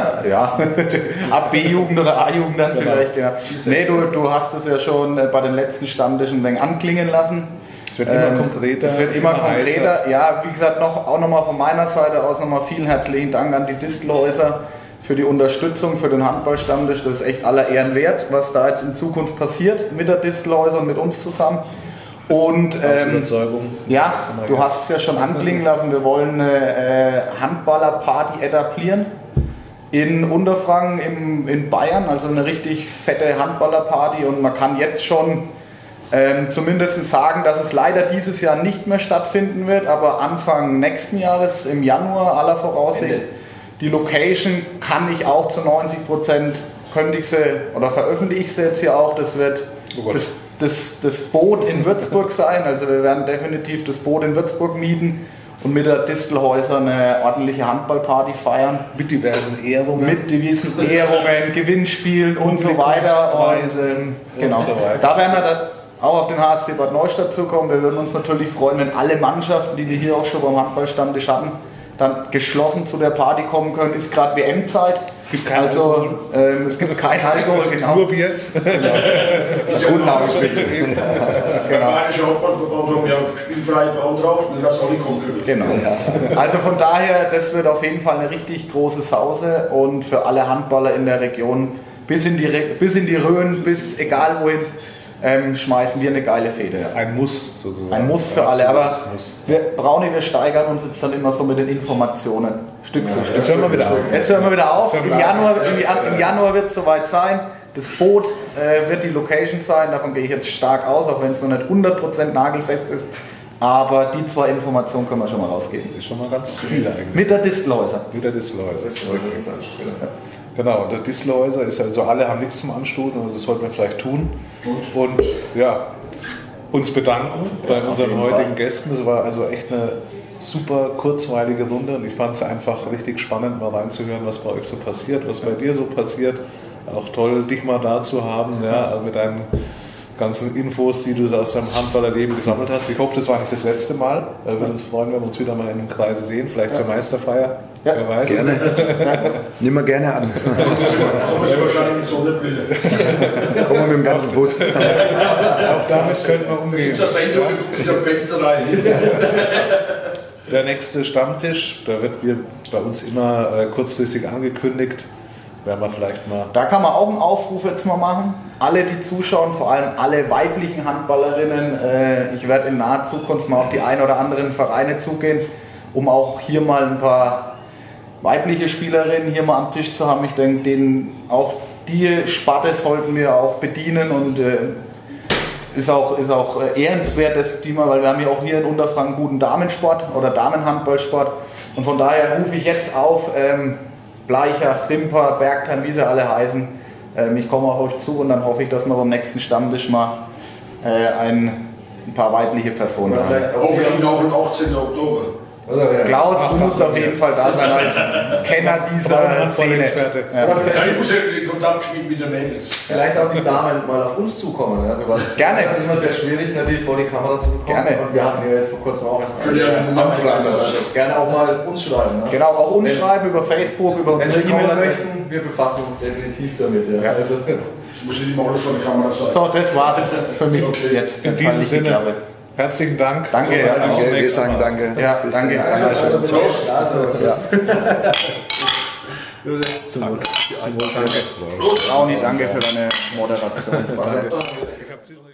Ab B-Jugend oder A-Jugend dann vielleicht, ja. Nee, du hast es ja schon bei den letzten Stammtischen ein wenig anklingen lassen. Es wird immer konkreter. Es wird immer konkreter. Ja, wie gesagt, auch nochmal von meiner Seite aus nochmal vielen herzlichen Dank an die Distelhäuser für die Unterstützung, für den Handballstammtisch. Das ist echt aller Ehren wert, was da jetzt in Zukunft passiert mit der Distelhäuser und mit uns zusammen. Und ja, du hast es ja schon anklingen lassen, wir wollen eine Handballer-Party etablieren in Unterfranken in Bayern, also eine richtig fette Handballer-Party, und man kann jetzt schon zumindest sagen, dass es leider dieses Jahr nicht mehr stattfinden wird, aber Anfang nächsten Jahres, im Januar aller Voraussicht. Die Location kann ich auch zu 90%, veröffentliche ich sie jetzt hier auch, das wird das Boot in Würzburg sein, also wir werden definitiv das Boot in Würzburg mieten und mit der Distelhäuser eine ordentliche Handballparty feiern. Mit diversen Ehrungen. Gewinnspielen und so weiter. Genau. Da werden wir dann auch auf den HSC Bad Neustadt zukommen. Wir würden uns natürlich freuen, wenn alle Mannschaften, die wir hier auch schon beim Handballstammtisch hatten, dann geschlossen zu der Party kommen können. Ist gerade WM-Zeit. Es gibt kein Alkohol. Es gibt kein Alkohol, genau. Nur Bier. Das Grundnahrungsmittel. Genau. Bayerische Handballverband haben ja auf Spielfreiheit beantragt und das alle kommen können. Genau. Also von daher, das wird auf jeden Fall eine richtig große Sause, und für alle Handballer in der Region bis in die Rhön, bis egal wohin, schmeißen wir eine geile Fehde. Ja. Ein Muss sozusagen. Ein Muss für alle, aber wir steigern uns jetzt dann immer so mit den Informationen, Stück für Stück. Jetzt hören wir wieder auf. Im Januar wird es soweit sein. Das Boot wird die Location sein, davon gehe ich jetzt stark aus, auch wenn es noch nicht 100% nagelfest ist. Aber die 2 Informationen können wir schon mal rausgeben. Ist schon mal ganz viel eigentlich. Mit der Distelhäuser. Genau, und der Distelhäuser ist also, alle haben nichts zum Anstoßen, also das sollten wir vielleicht tun. Und ja, uns bedanken bei unseren heutigen Gästen. Das war also echt eine super kurzweilige Runde, und ich fand es einfach richtig spannend, mal reinzuhören, was bei euch so passiert, was bei dir so passiert. Auch toll, dich mal da zu haben, ja, mit deinen ganzen Infos, die du aus deinem Handballerleben gesammelt hast. Ich hoffe, das war nicht das letzte Mal. Wir würden uns freuen, wenn wir uns wieder mal in einem Kreise sehen, vielleicht zur Meisterfeier. Ja, wer weiß. Gerne. Nehmen wir gerne an. Kommen Sie wahrscheinlich mit Sonnenbrille. Kommen wir mit dem ganzen Bus. Auch damit könnten wir umgehen. Das Sendung ist am Fenster rein. Der nächste Stammtisch, da wird bei uns immer kurzfristig angekündigt. Werden wir vielleicht mal. Da kann man auch einen Aufruf jetzt mal machen. Alle, die zuschauen, vor allem alle weiblichen Handballerinnen. Ich werde in naher Zukunft mal auf die ein oder anderen Vereine zugehen, um auch hier mal ein paar weibliche Spielerinnen hier mal am Tisch zu haben. Ich denke, auch die Sparte sollten wir auch bedienen, und ist auch ehrenswert, das Thema, weil wir haben ja auch hier in Unterfranken guten Damensport oder Damenhandballsport, und von daher rufe ich jetzt auf, Bleicher, Rimper, Bergheim, wie sie alle heißen, ich komme auf euch zu, und dann hoffe ich, dass wir beim nächsten Stammtisch mal ein paar weibliche Personen haben. Hoffentlich auch am 18. Oktober. Klaus, du musst auf jeden Fall da sein als Kenner dieser Szene. Ja. Ich muss ja den Kontakt spielen mit den Mädels. Vielleicht auch die Damen mal auf uns zukommen. Ja? Gerne. Es ist immer sehr schwierig, natürlich vor die Kamera zu bekommen. Gerne. Und wir hatten ja jetzt vor kurzem auch erst Anfrage. Also gerne auch mal uns schreiben. Ne? Genau, auch uns schreiben über Facebook, über unsere E-Mail-Adresse. Wir befassen uns definitiv damit. Ja. Also, das muss nicht mal alles vor der Kamera sein. So, das war's für mich jetzt. In diesem Sinne. Herzlichen Dank. Danke. Wir sagen danke. Ja, danke. Zum Wohl. Rauni, danke für deine Moderation.